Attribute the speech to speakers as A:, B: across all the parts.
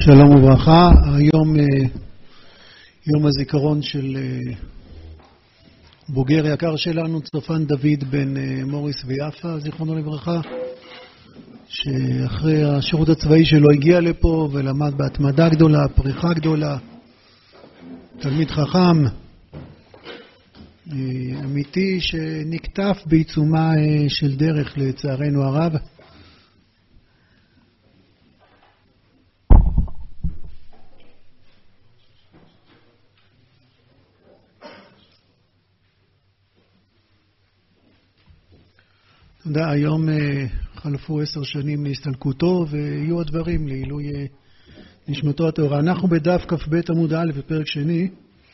A: שלום וברכה. היום יום הזיכרון של בוגר יקר שלנו, צופן דוד בן מוריס ויפה, זיכרונו לברכה, שאחרי השירות הצבאי שלו הגיע לפה ולמד בהתמדה גדולה, פריחה גדולה, תלמיד חכם אמיתי שנקטף בעיצומה של דרך לצערנו הרב. תודה, היום חלפו 10 שנים להסתלקותו ויהיו הדברים לעילוי נשמתו הטהורה. אנחנו בדף כ"ב עמוד א' בפרק שני.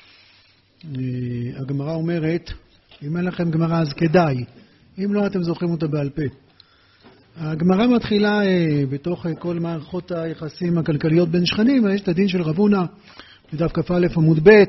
A: הגמרא אומרת, אם אין לכם גמרא אז כדאי, אם לא אתם זוכרים אותה בעל פה. הגמרא מתחילה בתוך כל מערכות היחסים הכלכליות בין שכנים, יש את הדין של רב הונא בדף כ"א עמוד ב'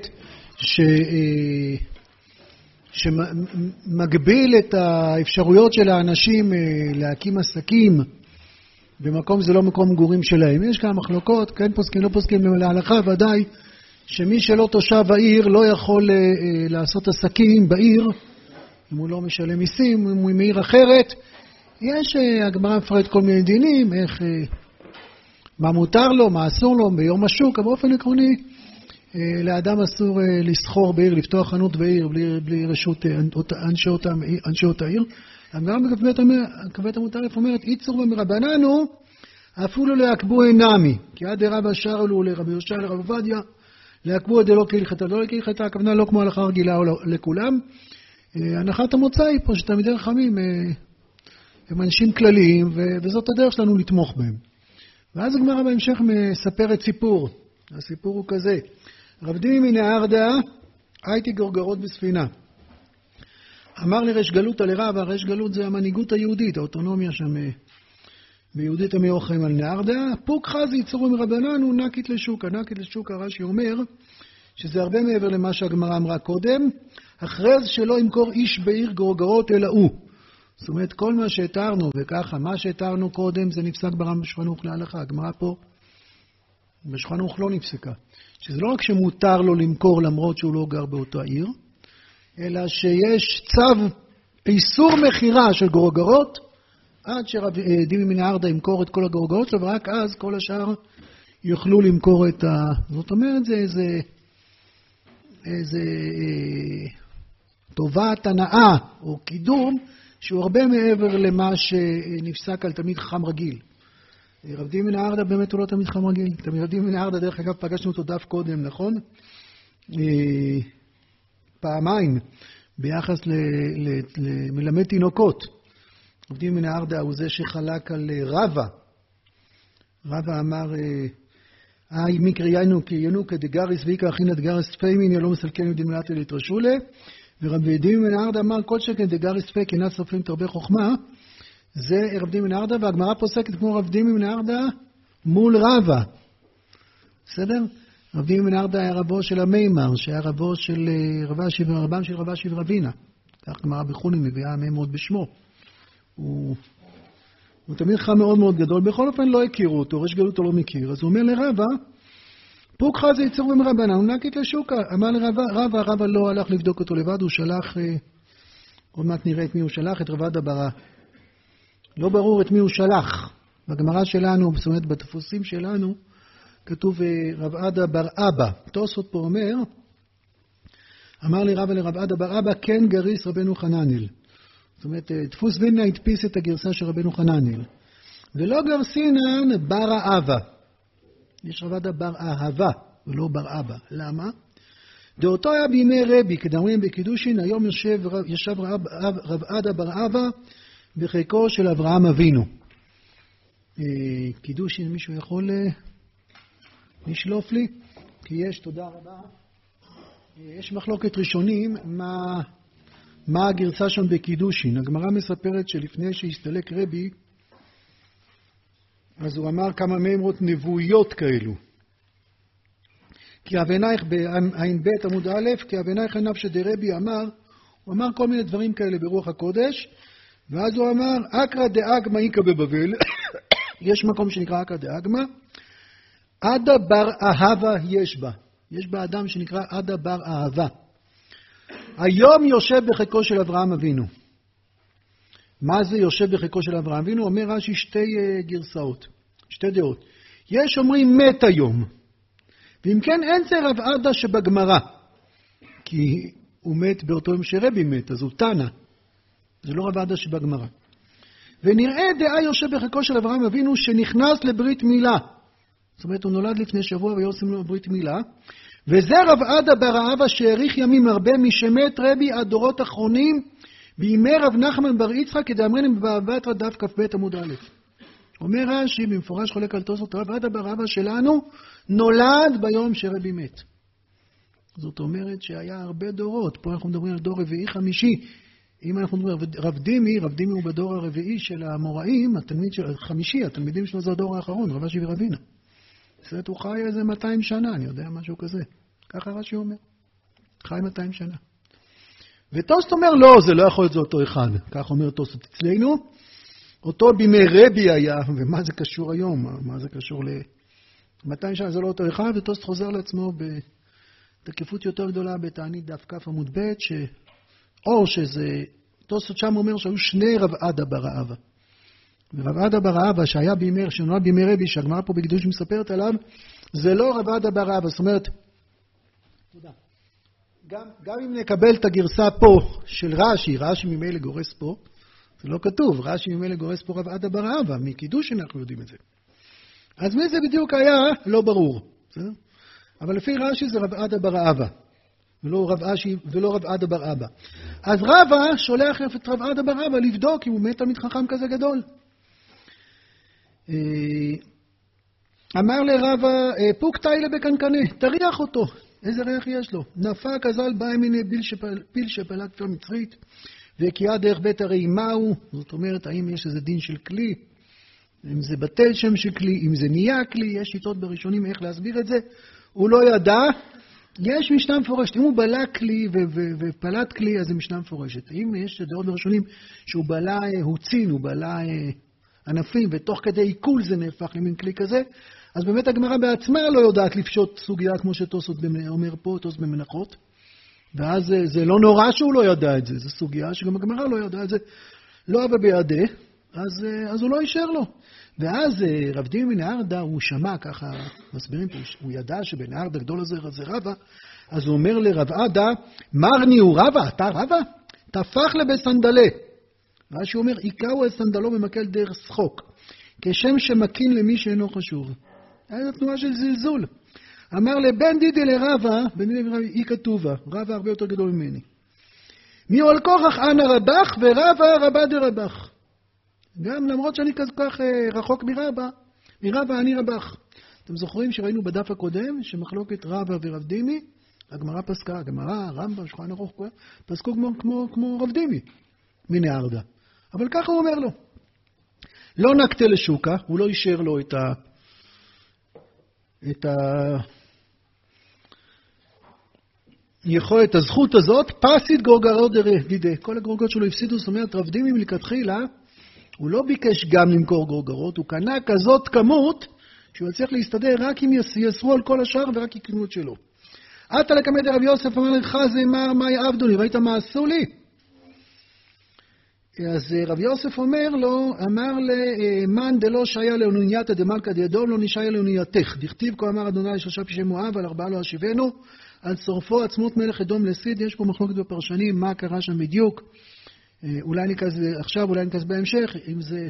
A: שמגביל את האפשרויות של האנשים להקים עסקים במקום זה לא מקום מגורים שלהם. יש כמה מחלוקות, כן פוסקים, לא פוסקים להלכה, ודאי שמי שלא תושב העיר לא יכול לעשות עסקים בעיר אם הוא לא משלם מיסים, אם הוא מעיר אחרת. יש הגמרא מפרט כל מיני דינים, איך, מה מותר לו, מה אסור לו ביום השוק, אבל באופן עקרוני לאדם אסור לסחור בעיר, לפתוח חנות בעיר בלי רשות אנשי העיר. גם בכ"ב עמוד א' אומרת, איצור במרבננו אפילו להקבו אינמי, כי עד רבא שאלו לרבי יהושע לרב עובדיה להקבו דלא כהלכתה. לא כהלכתה, הכוונה לא כמו הלכה רגילה לכולם. הנחת המוצא היא פה שתלמידי חכמים הם אנשים כלליים, וזאת הדרך שלנו לתמוך בהם. ואז הגמרא בהמשך מספרת סיפור. הסיפור הוא כזה: רב דימי מנהרדה הייתי גורגרות בספינה. אמר לי ריש גלותא לרב, הריש גלות זה המנהיגות היהודית, האוטונומיה שם ביהודית המיוחם על נהרדה. פוק חזי יצורו מרבננו נקית לשוקה. נקית לשוקה, רש"י אומר שזה הרבה מעבר למה שהגמרא אמרה קודם. הכרז שלא ימכור איש בעיר גורגרות אלא הוא. זאת אומרת, כל מה שהתרנו, וככה, מה שהתרנו קודם זה נפסק ברמב"ם בשולחן ערוך להלכה. הגמרא פה בשולחן ערוך לא נפסקה. שזה לא רק שמותר לו למכור למרות שהוא לא גר באותה עיר, אלא שיש צו איסור מחירה של גורגרות, עד שרב דימי מנהרדה ימכור את כל הגורגרות, ורק אז כל השאר יוכלו למכור את זאת אומרת, זה איזה טובת הנאה או קידום, שהוא הרבה מעבר למה שנפסק על תלמיד חכם רגיל. רב דימי מנהרדה באמת הוא לא תלמיד חכם רגיל. רב דימי מנהרדה, דרך אגב, פגשנו אותו דף קודם, נכון? פעמיים, ביחס למלמד תינוקות. רב דימי מנהרדה הוא זה שחלק על רבא. רבא אמר, מקריינו ינוקא דגריס ויקרא אחינא דגריס פיימין לא מסלקנו דמלאתי להתרשולה. ורב דימי מנהרדה אמר, כל שכן דגריס פי קנאת סופרים תרבה חוכמה. זה רב דימי מנהרדה, והגמרא פוסקת כמו רב דימי מנהרדה מול רבא. בסדר? רב דימי מנהרדה היה רבו של המימר, שהיה רבו של רבם של רבא של רבינה. כך גמרא בחולין מביאה מאוד בשמו. הוא תמיד חכם מאוד מאוד גדול, בכל אופן לא הכירו אותו, ריש גלותא לא מכיר. אז הוא אומר לרבא, פוק חזי יצור במרבננו נקית לשוקה. אמר לרבא, רבא לא הלך לבדוק אותו לבד, הוא שלח, עוד מעט נראה את מי הוא שלח, את רב עדה ברא. לא ברור את מי הוא שלח. בגמרא שלנו, זאת אומרת בדפוסים שלנו, כתוב רב עדה בר אבא. תוספות פה אומר, אמר לי רבא לרב עדה בר אבא, כן גריס רבנו חננאל. זאת אומרת, דפוס וילנה הדפיס את הגרסה של רבנו חננאל. ולא גרסינן בר אבא. יש רב עדה בר אהבה, ולא בר אבא. למה? דאותו היה בימי רבי, כדאמרים בקידושין, היום ישב רב עדה בר אבא, בחיקו של אברהם אבינו. קידושין, מישהו יכול לשלוף לי? כי יש, תודה רבה. יש מחלוקת ראשונים, מה הגרסה שם בקידושין. הגמרא מספרת שלפני שהסתלק רבי, אז הוא אמר כמה מאמרות נבואיות כאלו. כי אבנייך בעין ב' עמוד א', כי אבנייך עיניו שדרבי אמר, הוא אמר כל מיני דברים כאלה ברוח הקודש, ואז הוא אמר, אקרא דאגמא איקא בבבל, יש מקום שנקרא אקרא דאגמא, עדה בר אהבה יש בה. יש בה אדם שנקרא עדה בר אהבה. היום יושב בחיקו של אברהם אבינו. מה זה יושב בחיקו של אברהם אבינו? אומר רש"י שתי גרסאות, שתי דעות. יש אומרים מת היום. ואם כן אין זה רב עדה שבגמרא. כי הוא מת באותו יום שרבי מת, אז הוא תנא. זה לא רב עדה שבגמרא. ונראה דעה יושב בחיקו של אברהם אבינו שנכנס לברית מילה. זאת אומרת, הוא נולד לפני שבוע ויוסם לו ברית מילה. וזה רב עדה בר אהבה שהאריך ימים הרבה משמת רבי עד דורות אחרונים בימי רב נחמן בר יצחק כדאמרינן בבבא בתרא דף כ"ב עמוד א'. אומר רש"י במפורש חולק על תוספות, רב עדה בר אהבה שלנו נולד ביום שרבי מת. זאת אומרת שהיה הרבה דורות. פה אנחנו מדברים על דור רביעי חמישי. אם אנחנו מדברים רב דימי הוא בדור הרביעי של האמוראים, התלמיד של חמישי, התלמידים שלו זה הדור האחרון, רב אשי ורבינה. זאת הוא חי איזה 200 שנה, אני יודע, משהו כזה. ככה רש"י אומר. חי 200 שנה. ותוספות אומר, לא, זה לא יכול להיות זה אותו אחד. כך אומר תוספות אצלנו. אותו בימי רבי היה, ומה זה קשור היום? מה זה קשור ל-200 שנה? זה לא אותו אחד, ותוספות חוזר לעצמו בתקיפות יותר גדולה בתענית דף כ' עמוד ב', או שזה, תוספות שם אומר שהיו שני רב עדה בר אהבה. ורב עדה בר אהבה שהיה שנולד בימי רבי, שהגמרא פה בקדוש מספרת עליו, זה לא רב עדה בר אהבה. זאת אומרת, תודה. גם אם נקבל את הגרסה פה של רש"י ממילא גורס פה, זה לא כתוב, רש"י ממילא גורס פה רב עדה בר אהבה, מקידוש אנחנו יודעים את זה. אז מי זה בדיוק היה? לא ברור. בסדר? אבל לפי רש"י זה רב עדה בר אהבה, ולא רב עדה בר אבא. אז רבא שולח את רב עדה בר אבא לבדוק אם הוא מת תלמיד חכם כזה גדול. אמר לרבא, פוק תאילה בקנקנה, תריח אותו. איזה ריח יש לו? נפק אזל בא מיני פיל שפלג כפר מצרית, וקיעה דרך בית הרי מהו? זאת אומרת, האם יש איזה דין של כלי? אם זה בטל שם של כלי, אם זה נהיה כלי, יש שיטות בראשונים איך להסביר את זה. הוא לא ידע, יש משנה מפורשת. אם הוא בלע כלי ופלט כלי, אז זה משנה מפורשת. אם יש דעות בראשונים שהוא בלע הוצין, הוא בלע ענפים, ותוך כדי עיכול זה נהפך למין כלי כזה, אז באמת הגמרא בעצמה לא יודעת לפשוט סוגיה כמו שתוספות אומר פה, תוספות במנחות. ואז זה לא נורא שהוא לא ידע את זה, זו סוגיה שגם הגמרא לא ידע את זה, לא אבא בידי, אז הוא לא אישר לו. ואז רב דימי מנהרדה, הוא שמע ככה, מסבירים פה, הוא ידע שבנהרדה גדול הזה זה רבא, אז הוא אומר לרב עדה, מרני הוא רבא, אתה רבא? תפח לבסנדלה. ואז שהוא אומר, עיקרו את סנדלו במקל דרך שחוק, כשם שמקין למי שאינו חשוב. הייתה תנועה של זלזול. אמר לבן דידי לרבא, בן דידי לרבא, היא כתובה, רבא הרבה יותר גדול ממני. מי עול כוחך אנא רבך, ורבא רבא דרבך. גם למרות שאני כל כך רחוק מרבא אני רבך. אתם זוכרים שראינו בדף הקודם, שמחלוקת רבא ורב דימי, הגמרא פסקה, הגמרא, רמב"ם, שולחן ערוך, פסקו כמו רב דימי, מנהרדה. אבל ככה הוא אומר לו. לא נקטה לשוקה, הוא לא אישר לו יכולת הזכות הזאת, פסית גורגרות דידי. כל הגורגרות שלו הפסידו, זאת אומרת, רב דימי מלכתחילה, הוא לא ביקש גם למכור גורגרות, הוא קנה כזאת כמות, שהוא יצליח להסתדר רק אם יסרו על כל השאר ורק יקנו את שלו. עתה לקמא דרב יוסף אמר לך, זה מאי עבדוני, ראית מה עשו לי? אז רב יוסף אומר לו, אמר למאן דלא שהיה לאונייתא דמלכא דידום לא נשאיה לאונייתך. דכתיב כה אמר אדוני לשלושה פשעי מואב, על 4 לא אשיבנו, על שורפו עצמות מלך אדום לסיד. יש פה מחלוקת בפרשנים, מה קרה שם בדיוק. אולי ניכנס עכשיו, אולי ניכנס בהמשך, אם זה...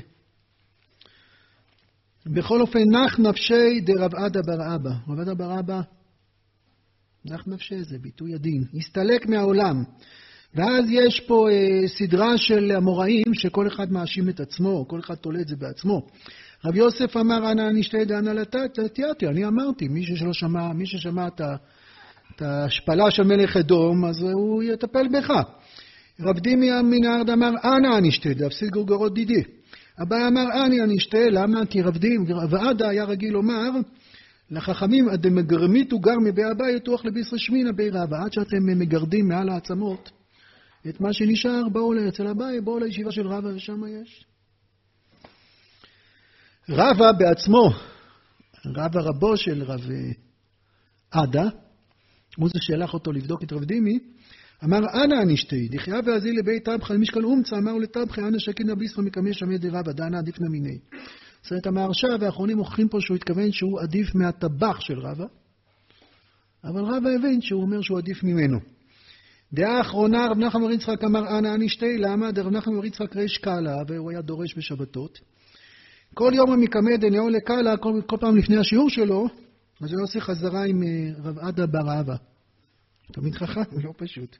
A: בכל אופן, נח נפשי דרב עדה בר אבא. רב עדה בר אבא, נח נפשי זה ביטוי הדין. הסתלק מהעולם. ואז יש פה סדרה של אמוראים שכל אחד מאשים את עצמו, כל אחד תולה את זה בעצמו. רב יוסף אמר, אנא נשתה דענה לתיאתי, אני אמרתי, מי ששמע את ההשפלה של מלך אדום, אז הוא יטפל בך. רב דימי מנהרדה אמר, אנא נשתה, להפסיד גורגרות דידי. אביי אמר, אני נשתה, למה? כי רב עדה היה רגיל לומר, לחכמים, הדמגרמיתו גר מבי אביי, יתוח לביס רשמינא בי רבא, עד שאתם מגרדים מעל העצמות. את מה שנשאר, באו אצל אביי, באו לישיבה של רבא ושם יש. רבא בעצמו רב הרבו של רב עדה, הוא זה שהלך אותו לבדוק את רב דימי, אמר, אנא אנשתי, דחיה ועזי לבית טבחה, למשקל אומצה, אמרו לטבחה, אנא שקין אביסחו מקמש עמד רב, דענה עדיף נמיני. זאת אומרת, המהרש"א והאחרונים מוכיחים פה שהוא התכוון שהוא עדיף מהטבח של רבא, אבל רבא הבין שהוא אומר שהוא עדיף ממנו. דעה האחרונה, רב נחמן בר יצחק אמר, אנא אנשתי, למה? רב נחמן בר יצחק ריש קלה, והוא היה דורש בשבתות. כל יום המקמא דנאו לקלה, כל פעם לפני השיעור שלו, אז הוא עושה חזרה עם רב עדה בר אבא. תמיד חכם, לא פשוט.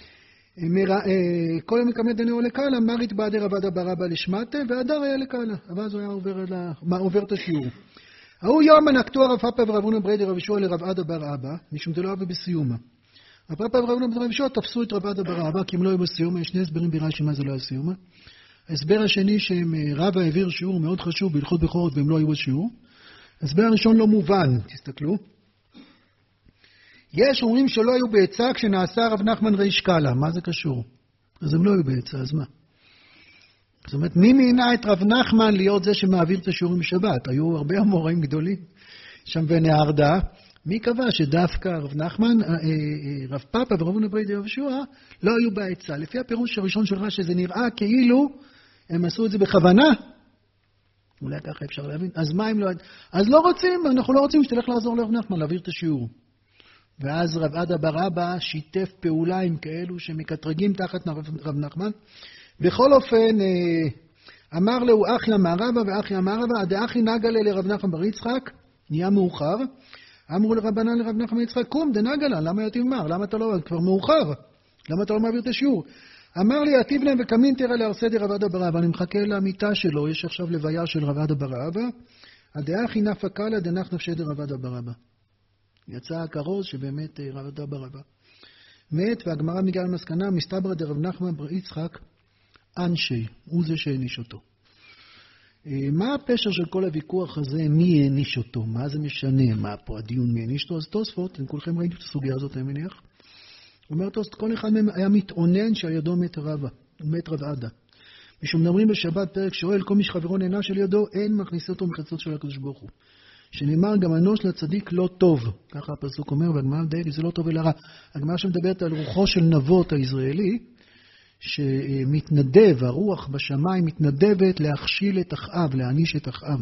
A: כל יום מקמא דנאו לקלה, מרית בעדי רב עדה בר אבא לשמטה, והדר היה לקלה. אבל אז הוא היה עובר את השיעור. ההוא יום נקטו הרב פאפא ורב הונא בריידא רב ישוע לרב עדה בר אבא, משום דלא אבא בסיומה. רב פאפא ורב הונא ברב ישוע תפסו את רב עדה בר אבא, כי הם לא היו בסיומה. יש שני הסברים ברש"י מה זה לא היה סיומה. ההסבר השני שהם רבא העביר שיעור מאוד חשוב בהלכות בכורות והם לא היו בשיעור. ההסבר הראשון לא מובן, תסתכלו. יש אומרים שלא היו בעצה כשנעשה רב נחמן ריש קלה, מה זה קשור? אז הם לא היו בעצה, אז מה? זאת אומרת, מי מינה את רב נחמן להיות זה שמעביר את השיעורים בשבת? היו הרבה אמוראים גדולים שם בנהרדה. מי קבע שדווקא רב נחמן, רב פאפא ורב הונא בריידא רב ישוע לא היו בעצה? לפי הפירוש הראשון של רש"י זה נראה כאילו הם עשו את זה בכוונה. אולי ככה אפשר להבין. אז מה אם לא... אז לא רוצים, אנחנו לא רוצים שתלך לעזור לרב נחמן להעביר את השיעור. ואז רב עדה בר אבא שיתף פעולה עם כאלו שמקטרגים תחת רב נחמן. בכל אופן, אמר לו אחי אמר רבא ואחי אמר רבא, דאחי נגלה לרב נחמן בר יצחק, נהיה מאוחר. אמרו לרבנן לרב נחמן בר יצחק, קום דנגלה, למה יתימר? למה אתה לא... כבר מאוחר. למה אתה לא מעביר את השיעור? אמר לי, עתיב להם וקמין תראה להרסדי רב עדה בר אבא, אני מחכה למיטה שלו, יש עכשיו לוויה של רב עדה בר אבא, הדאחי נפקא קלה דנח נפשי דרב עדה בר אבא. יצא הכרוז שבאמת רב עדה בר אבא מת, והגמרא מגיעה למסקנה, מסתברא דרב נחמן בר יצחק אנשי, הוא זה שהעניש אותו. מה הפשר של כל הוויכוח הזה, מי העניש אותו? מה זה משנה? מה פה הדיון מי העניש אותו? אז תוספות, אם כולכם ראיתם את הסוגיה הזאת, אני מניח. אומר תוספות, כל אחד מהם היה מתעונן שעל ידו מת רב עדה. משומדברים בשבת פרק שואל, כל מי שחברו נענש על ידו, אין מכניס אותו מחצות של הקדוש ברוך הוא. שנאמר גם אנוש לצדיק לא טוב, ככה הפסוק אומר, והגמרא דייק זה לא טוב אלא רע. הגמרא שמדברת על רוחו של נבות הישראלי, שמתנדב, הרוח בשמיים מתנדבת להכשיל את אחאב, להעניש את אחאב.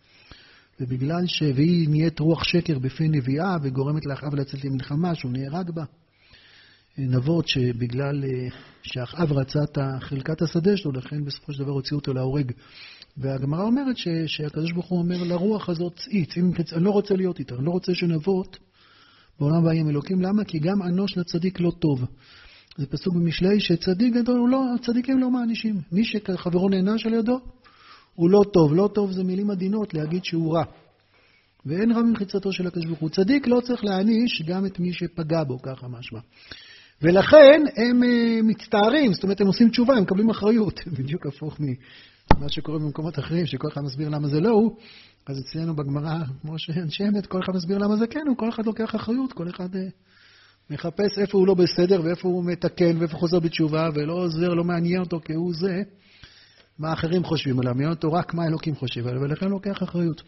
A: ובגלל שהיא נהיית רוח שקר בפי נביאה, וגורמת לאחאב לצאת למלחמה, שהוא נהרג בה. נבות שבגלל שאחאב רצה את חלקת השדה שלו, לכן בסופו של דבר הוציאו אותו להורג. והגמרא אומרת שהקדוש ברוך הוא אומר לרוח הזאת, אני לא רוצה להיות איתה, אני לא רוצה שנבות בעולם הבא עם אלוקים. למה? כי גם אנוש לצדיק לא טוב. זה פסוק במשלי שצדיק גדול, צדיקים לא מענישים. מי שחברו נענש על ידו, הוא לא טוב. לא טוב זה מילים עדינות להגיד שהוא רע. ואין רע ממחיצתו של הקדוש ברוך הוא. צדיק לא צריך להעניש גם את מי שפגע בו, ככה משמע. ולכן הם מצטערים, זאת אומרת הם עושים תשובה, הם מקבלים אחריות. בדיוק הפוך ממה שקורה במקומות אחרים, שכל אחד מסביר למה זה לא הוא. אז אצלנו בגמרא, כמו שאנשי אמת, כל אחד מסביר למה זה כן, כל אחד לוקח אחריות, כל אחד מחפש איפה הוא לא בסדר, ואיפה הוא מתקן, ואיפה חוזר בתשובה, ולא עוזר, לא מעניין אותו כהוא זה, מה אחרים חושבים עליו, מעניין אותו רק מה אלוקים חושב עליו, ולכן לוקח אחריות.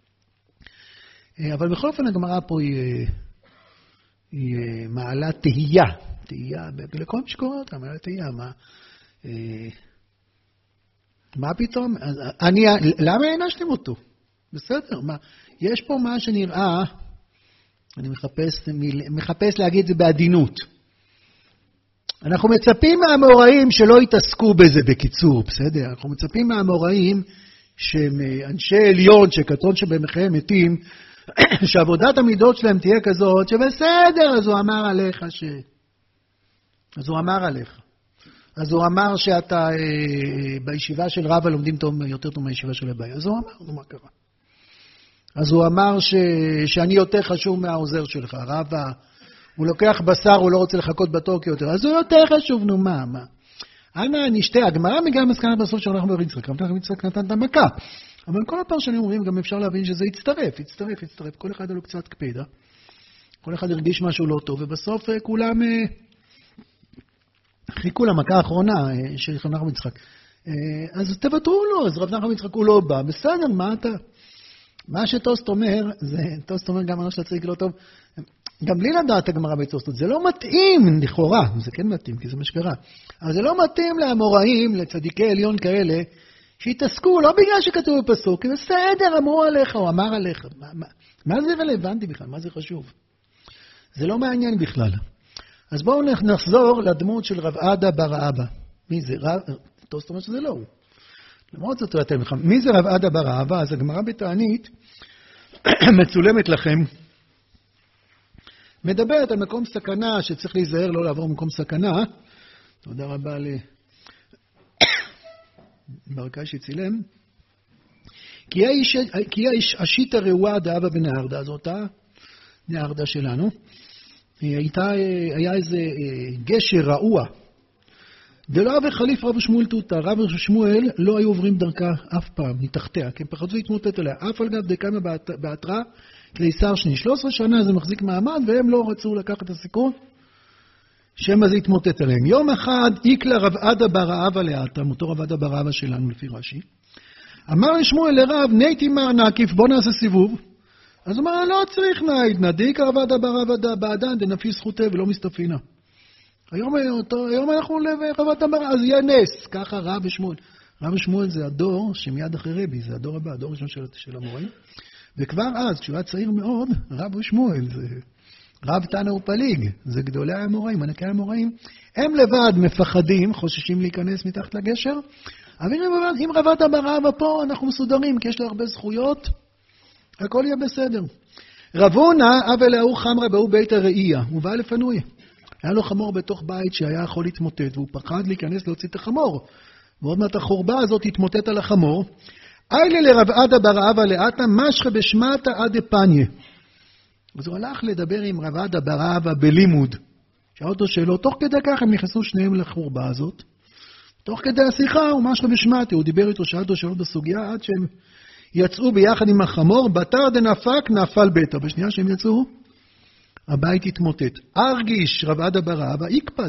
A: אבל בכל אופן הגמרא פה היא מעלה תהייה, לכל מי שקורא אותה, מעלה תהייה, מה פתאום? למה הענשתם אותו? בסדר, יש פה מה שנראה, אני מחפש להגיד את זה בעדינות. אנחנו מצפים מהאמוראים שלא יתעסקו בזה בקיצור, בסדר? אנחנו מצפים מהאמוראים שהם אנשי עליון, שקטון שבמחיהם מתים, שעבודת המידות שלהם תהיה כזאת, שבסדר, אז הוא אמר עליך אז הוא אמר שאתה בישיבה של רבא לומדים יותר טוב מהישיבה של הבעיה. אז הוא אמר, מה קרה? אז הוא אמר שאני יותר חשוב מהעוזר שלך. רבא, הוא לוקח בשר, הוא לא רוצה לחכות בתור יותר. אז הוא יותר חשוב, נו מה? אנא נשתה, הגמרא מגיעה למסקנה בסוף של אנחנו ברצחק. רב נחמן יצחק נתן את המכה. אבל כל הפרשנים אומרים, גם אפשר להבין שזה יצטרף. כל אחד עלו קצת קפידה. כל אחד הרגיש משהו לא טוב, ובסוף כולם חיכו למכה האחרונה של רב נחמן יצחק. אז תוותרו לו, אז רב נחמן יצחק הוא לא בא. בסדר, מה אתה? מה שטוסט אומר, טוסט אומר גם אנוש לצדיק לא טוב, גם בלי לדעת הגמרא בתוספות, זה לא מתאים לכאורה, זה כן מתאים, כי זה מה שקרה, אבל זה לא מתאים לאמוראים, לצדיקי עליון כאלה, שהתעסקו, לא בגלל שכתוב בפסוק, כי בסדר, אמרו עליך, או אמר עליך, מה זה רלוונטי בכלל, מה זה חשוב? זה לא מעניין בכלל. אז בואו נחזור לדמות של רב עדה בר אבא. מי זה? טוסט אומר שזה לא הוא. למרות זאת, מי זה רב עדה בר אבא? אז הגמרא בתענית מצולמת לכם, מדברת על מקום סכנה, שצריך להיזהר לא לעבור מקום סכנה. תודה רבה לברקאי שצילם. כי האשית הרעועה דאבא בנהרדה, זאת הנהרדה שלנו. היה איזה גשר רעוע. ולא אבי חליף רב שמואל תותה. רב שמואל לא היו עוברים דרכה אף פעם, מתחתיה, כי הם פחדו להתמוטט עליה. אף על גב דקאמה בהתראה קיסר שני. 13 שנה זה מחזיק מעמד, והם לא רצו לקחת את הסיכון, שמא זה יתמוטט עליהם. יום אחד איקלה רב עדה בר אבא לאטם, אותו רב עדה בר אבא שלנו לפי רש"י. אמר לשמואל לרב, נייתי מר נקיף, בוא נעשה סיבוב. אז הוא אמר, לא צריך נאיד, נדיק רב עדה בר אבא בעדן, דנפי זכותה ולא מסתפינה. היום אנחנו לרב עדה בר אבא, אז יהיה נס, ככה רב שמואל. רב שמואל זה הדור שמיד אחרי רבי, זה הדור הבא, הדור ראשון של המוראים. וכבר אז, כשהוא היה צעיר מאוד, רב שמואל, זה רב תנא ופליג, זה גדולי המוראים, ענקי המוראים. הם לבד מפחדים, חוששים להיכנס מתחת לגשר, אבל אם רב עדה בר אבא פה, אנחנו מסודרים, כי יש לו הרבה זכויות, הכל יהיה בסדר. רב הונא אבל ההוא חמרא בהוא בית הראייה, הוא בא לפנוי. היה לו חמור בתוך בית שהיה יכול להתמוטט, והוא פחד להיכנס להוציא את החמור. ועוד מעט החורבה הזאת התמוטט על החמור. איילה לרב עדה בר אבא לאטה משכה בשמטה עד פניה. אז הוא הלך לדבר עם רב עדה בר אבא בלימוד. שאל אותו שאלות, תוך כדי כך הם נכנסו שניהם לחורבה הזאת. תוך כדי השיחה הוא משכה בשמטה, הוא דיבר איתו, שאל אותו שאלות בסוגיה, עד שהם יצאו ביחד עם החמור, בתר דנפק נפל ביתה. בשנייה שהם יצאו, הבית התמוטט. ארגיש רב עדה בר אבא, יקפד.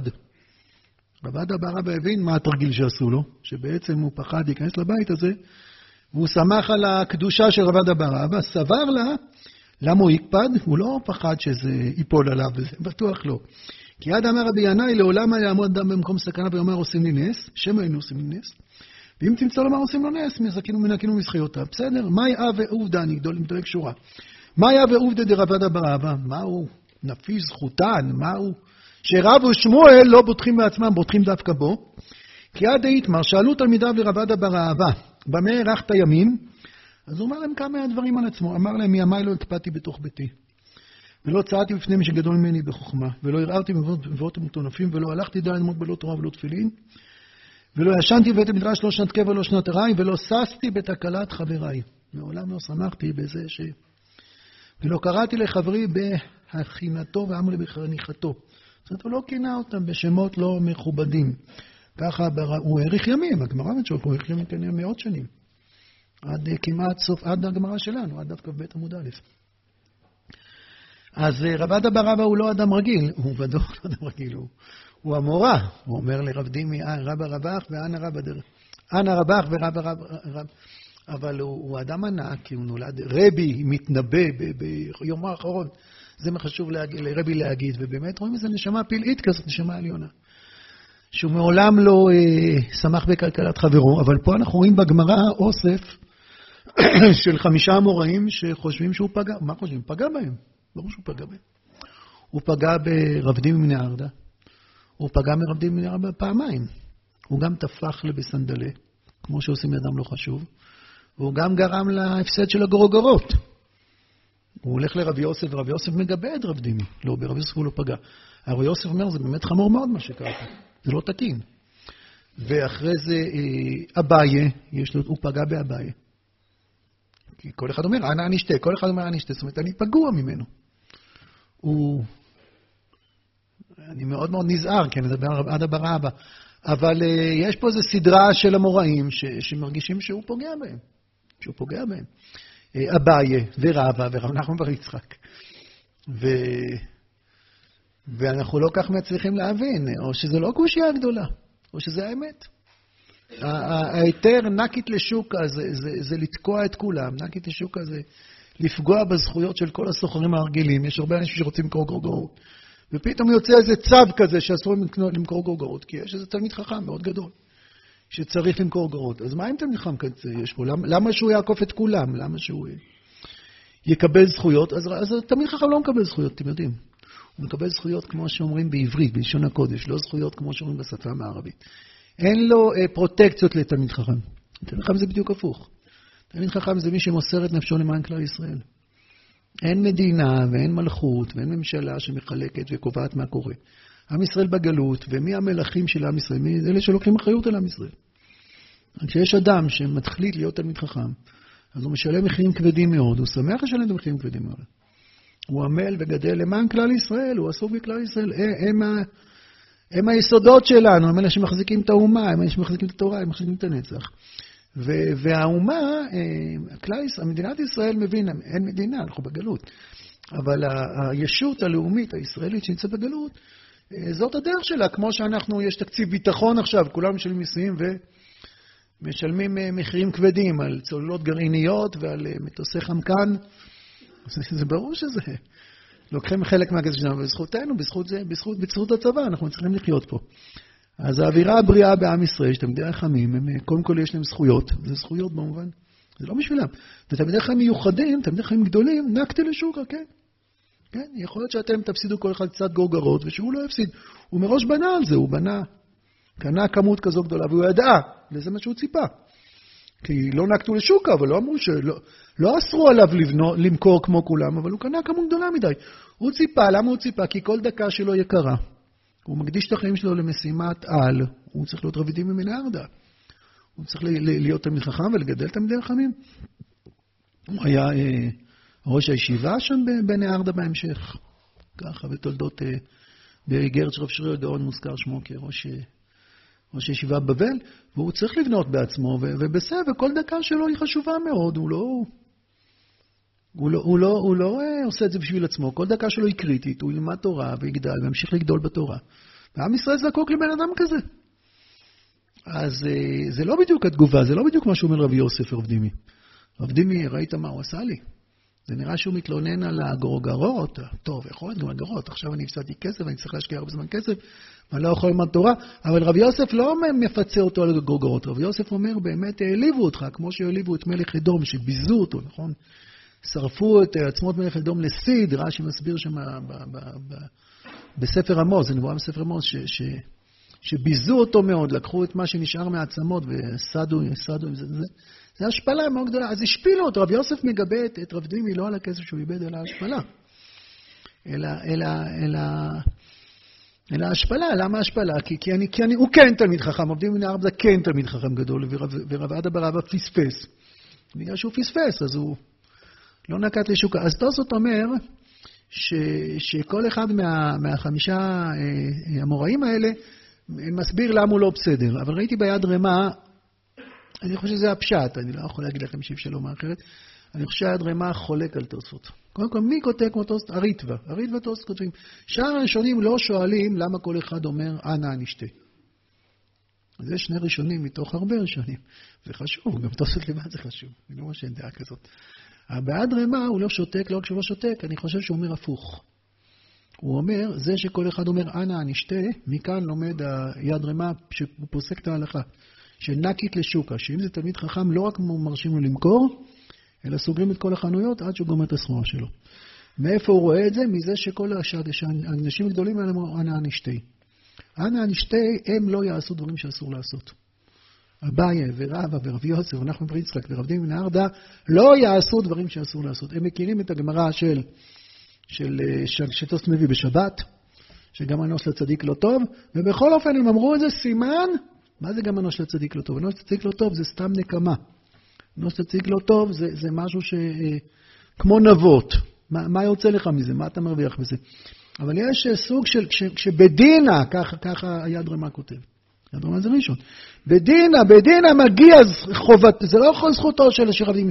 A: רב עדה בר אבא הבין מה התרגיל שעשו לו, שבעצם הוא פחד להיכנס לבית הזה, והוא שמח על הקדושה של רב עדה בר אבא, סבר לה, למה הוא יקפד? הוא לא פחד שזה ייפול עליו, בטוח לא. כי עד אמר רבי ינאי, לעולם היה יעמוד אדם במקום סכנה ויאמר עושים לי נס, שמא היינו עושים לי נס, ואם תמצא לומר עושים לו נס, מזקינו מנקינו מזכיותיו. בסדר? מה היה ועובדה, אני גדול קשורה. מה היה ועובדה דרב עדה בר אבא? מה הוא? נפי זכותן, מה הוא? שרב ושמואל לא בוטחים בעצמם, בוטחים דווקא בו. כי עד היתמר, שאלו תלמידיו לרב עדה בר אבא, במה הארכת ימים? אז הוא אמר להם כמה דברים על עצמו. אמר להם, מימיי לא הקפדתי בתוך ביתי. ולא צעדתי בפני מי שגדול ממני בחוכמה. ולא הרהרתי מבואות מטונפים, ולא הלכתי די ללמוד בלא תורה ולא תפילין. ולא ישנתי בבית המדרש לא שנת קבע ולא שנת ארעי, ולא ששתי בתקלת חבריי. מעולם לא שמחתי בזה ולא קראתי לחברי בהכינתו ועמו לי בחניכתו. זאת אומרת, הוא לא קינה אותם בשמות לא מכובדים. ככה הוא העריך ימים, הגמרא שלו, הוא העריך ימים כנראה מאות שנים. עד כמעט סוף, עד הגמרא שלנו, עד דווקא בבית עמוד א'. אז רב עדה בר אבא הוא לא אדם רגיל, הוא בדוח לא אדם רגיל, הוא המורה. הוא אומר לרב דימי, רבא רבח ואנה רבא דרך. אנה רבח ורבא רב. אבל הוא אדם ענק, כי הוא נולד רבי, מתנבא ביום האחרון. זה מה חשוב לרבי להגיד, ובאמת רואים איזה נשמה פלאית כזאת, נשמה עליונה. שהוא מעולם לא שמח בכלכלת חברו, אבל פה אנחנו רואים בגמרא אוסף של 5 אמוראים שחושבים שהוא פגע. מה חושבים? פגע בהם. ברור שהוא פגע בהם. הוא פגע ברב דימי מנהרדה. הוא פגע מרב דימי מנהרדה פעמיים. הוא גם תפח לבסנדלה, כמו שעושים אדם לא חשוב. והוא גם גרם להפסד של הגרוגרות. הוא הולך לרב יוסף, ורב יוסף מגבה את רב דימי. לא, ברב יוסף הוא לא פגע. הרב יוסף אומר, זה באמת חמור מאוד מה שקרה פה. זה לא תקין. ואחרי זה אביי, הוא פגע באביי. כי כל אחד אומר, אנא אני אשתה, כל אחד אומר, אני אשתה. זאת אומרת, אני פגוע ממנו. אני מאוד מאוד נזהר, כי אני מדבר על רב עדה בר אבא. אבל יש פה איזו סדרה של המוראים שמרגישים שהוא פוגע בהם. שהוא פוגע בהם. אביי ורבא ורב נחמן בר יצחק. ואנחנו לא כך מצליחים להבין, או שזה לא קושיה גדולה, או שזה האמת. ההיתר נקית לשוקה זה לתקוע את כולם, נקית לשוקה זה לפגוע בזכויות של כל הסוחרים הרגילים. יש הרבה אנשים שרוצים למכור גורגרות, ופתאום יוצא איזה צו כזה שאסור למכור גורגרות, כי יש איזה תלמיד חכם מאוד גדול שצריך למכור גורגרות. אז מה אם תלמיד חכם כזה יש פה? למה שהוא יעקוף את כולם? למה שהוא יקבל זכויות? אז תלמיד חכם לא מקבל זכויות, אתם יודעים. הוא מקבל זכויות כמו שאומרים בעברית, בלשון הקודש, לא זכויות כמו שאומרים בשפה המערבית. אין לו פרוטקציות לתלמיד חכם. תלמיד חכם זה בדיוק הפוך. תלמיד חכם זה מי שמוסר את נפשו למען כלל ישראל. אין מדינה ואין מלכות ואין ממשלה שמחלקת וקובעת מה קורה. עם ישראל בגלות, ומי המלכים של עם ישראל? מי אלה שלוקחים אחריות על עם ישראל. כשיש אדם שמתחליט להיות תלמיד חכם, אז הוא משלם מחירים כבדים מאוד, הוא שמח לשלם את המחירים כבדים מאוד. הוא עמל וגדל למען כלל ישראל, הוא עסוק בכלל ישראל. הם היסודות שלנו, הם אלה שמחזיקים את האומה, הם אלה שמחזיקים את התורה, הם מחזיקים את הנצח. והאומה, מדינת ישראל מבינה, אין מדינה, אנחנו בגלות. אבל הישות הלאומית הישראלית שנמצאת בגלות, זאת הדרך שלה, כמו שאנחנו, יש תקציב ביטחון עכשיו, כולם משלמים מיסים ומשלמים מחירים כבדים על צוללות גרעיניות ועל מטוסי חמקן. זה ברור שזה. לוקחים חלק מהכסף שלנו, בזכותנו, בזכות הצבא, אנחנו צריכים לחיות פה. אז האווירה הבריאה בעם ישראל, שתלמידי חכמים, הם קודם כל יש להם זכויות, זה זכויות במובן, זה לא בשבילם. ותלמידי חכמים מיוחדים, תלמידי חכמים גדולים, נקטה לשוקה, כן. כן, יכול להיות שאתם תפסידו כל אחד קצת גורגרות, ושהוא לא יפסיד. הוא מראש בנה על זה, הוא קנה כמות כזו גדולה, והוא ידע, וזה מה שהוא ציפה. כי לא נקטו לשוקה, אבל לא אמרו לא אסרו עליו למכור כמו כולם, אבל הוא קנה כמות גדולה מדי. הוא ציפה, למה הוא ציפה? כי כל דקה שלו יקרה. הוא מקדיש את החיים שלו למשימת על, הוא צריך להיות רבידים ממלא ארדה. הוא צריך להיות תלמיד חכם ולגדל תלמידי חכמים. הוא היה ראש הישיבה שם בני ארדה בהמשך. ככה בתולדות, באיגרת של רב שרירא גאון מוזכר שמו כראש ישיבה בבל, והוא צריך לבנות בעצמו, ובסדר, כל דקה שלו היא חשובה מאוד, הוא לא עושה את זה בשביל עצמו, כל דקה שלו היא קריטית, הוא ילמד תורה ויגדל, וימשיך לגדול בתורה. ועם ישראל זקוק לבן אדם כזה. אז זה לא בדיוק התגובה, זה לא בדיוק מה שאומר רבי יוסף רב דימי. רב דימי, ראית מה הוא עשה לי? זה נראה שהוא מתלונן על הגורגרות, טוב, יכול להיות גם הגורגרות, עכשיו אני הפסדתי כסף, אני צריך להשקיע הרבה זמן כסף, ואני לא יכול ללמוד תורה, אבל רבי יוסף לא מפצה אותו על הגורגרות, רבי יוסף אומר, באמת העליבו אותך, כמו שהעליבו את מלך אדום, שביזו אותו, נכון? שרפו את עצמות מלך אדום לסיד, רש"י מסביר שם בספר עמוס, זה נבואה בספר עמוס, שביזו אותו מאוד, לקחו את מה שנשאר מהעצמות וסדו עם זה. זה השפלה מאוד גדולה. אז השפילו אותו. רב יוסף מגבה את רב דימי לא על הכסף שהוא איבד, אלא השפלה. אלא השפלה. למה השפלה? כי הוא כן תלמיד חכם. רב דימי נערב זה כן תלמיד חכם גדול, ורב עדה ברבא פספס. בגלל שהוא פספס, אז הוא לא נקט לשוקה. אז תוספות אומר שכל אחד מהחמישה המוראים האלה מסביר למה הוא לא בסדר. אבל ראיתי ביד רמה, אני חושב שזה הפשט, אני לא יכול להגיד לכם שאפשר מה אחרת, אני חושב שהיד רמה חולק על תוספות. קודם כל, מי כותב כמו תוספות? הריטב"א. הריטב"א תוספות כותבים. שאר הראשונים לא שואלים למה כל אחד אומר, אנא נשתה. אז יש שני ראשונים מתוך הרבה ראשונים. זה חשוב, גם תוספות לבד זה חשוב. אני לא אומר שאין דעה כזאת. ביד רמה הוא לא שותק, לא כשהוא לא שותק, אני חושב שהוא אומר הפוך. הוא אומר, זה שכל אחד אומר, אנא נשתה, מכאן לומד היד רמה שהוא פוסק את ההלכה. שנקית לשוקה, שאם זה תלמיד חכם, לא רק מרשים לו למכור, אלא סוגרים את כל החנויות עד שהוא גומר את הסחורה שלו. מאיפה הוא רואה את זה? מזה שכל האנשים הגדולים האלה אמרו, אנא נשתה. אנא נשתה, הם לא יעשו דברים שאסור לעשות. אביי ורבא ורב יוסף, ונחמן בר יצחק ורב דימי נהרדה, לא יעשו דברים שאסור לעשות. הם מכירים את הגמרא שתוספות מביא בשבת, שגם אנוס לצדיק לא טוב, ובכל אופן הם אמרו את זה סימן, מה זה גם אנוס לצדיק לא טוב? אנוס לצדיק לא טוב זה סתם נקמה. אנוס לצדיק לא טוב זה משהו כמו נבות. מה יוצא לך מזה? מה אתה מרוויח בזה? אבל יש סוג שבדינה, ככה היד רמה כותב. יד רמה זה ראשון. בדינה מגיע חובת, זה לא יכול זכותו של רב דימי,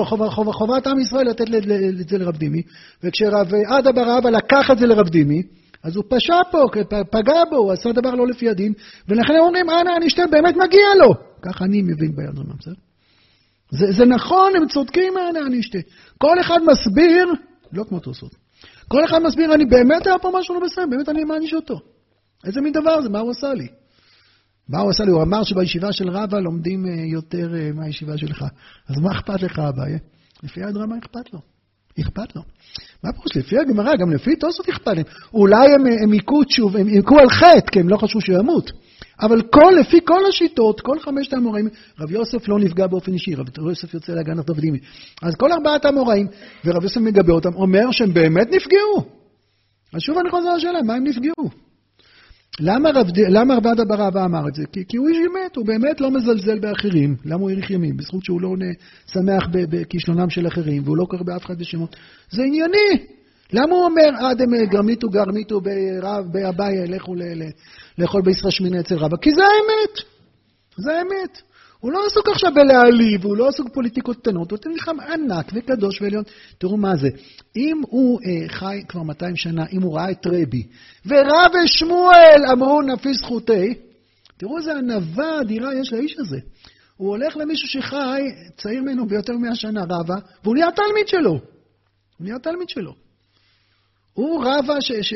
A: חובת עם ישראל לתת את זה לרב דימי, וכשרב עדה ברבא לקח את זה לרב דימי, אז הוא פשע פה, פגע בו, הוא עשה דבר לא לפי הדין, ולכן הם אומרים, אנא ענישתיהם, באמת מגיע לו. ככה אני מבין ביד רמה, בסדר? זה נכון, הם צודקים, אנא ענישתיהם. כל אחד מסביר, לא כמו תוספות, כל אחד מסביר, אני באמת היה פה משהו לא בסדר, באמת אני מעניש אותו. איזה מין דבר זה, מה הוא עשה לי? מה הוא עשה לי? הוא אמר שבישיבה של רבא לומדים יותר מהישיבה שלך. אז מה אכפת לך, אביי? לפי יד רמה אכפת לו. אכפת לו. מה פירוש? לפי הגמרא, גם לפי תוספות אכפת להם. אולי הם יקו על חטא, כי הם לא חשבו שהוא ימות. אבל לפי כל השיטות, כל 5 האמוראים, רב יוסף לא נפגע באופן אישי, רב יוסף יוצא להגנת עבדים. אז כל 4 האמוראים, ורב יוסף מגבה אותם, אומר שהם באמת נפגעו. אז שוב אני חוזר לשאלה, מה הם נפגעו? למה רב עדה בר אבא אמר את זה? כי הוא איש אמת, הוא באמת לא מזלזל באחרים. למה הוא יריך ימים? בזכות שהוא לא שמח בכישלונם של אחרים, והוא לא קורא באף אחד בשמות. זה ענייני. למה הוא אומר, אדם גרמיתו ברב באביי, לכו לאכול בישראל שמיני אצל רבא? כי זה האמת. זה האמת. הוא לא עסוק עכשיו בלהעליב, הוא לא עסוק פוליטיקות קטנות, הוא נלחם ענק וקדוש ועליון. תראו מה זה. אם הוא חי כבר 200 שנה, אם הוא ראה את רבי, ורב ושמואל אמרו נפיס זכותי, תראו איזה ענווה אדירה יש לאיש הזה. הוא הולך למישהו שחי, צעיר ממנו ביותר 100 שנה רבה, והוא נהיה תלמיד שלו. הוא נהיה תלמיד שלו. הוא רבה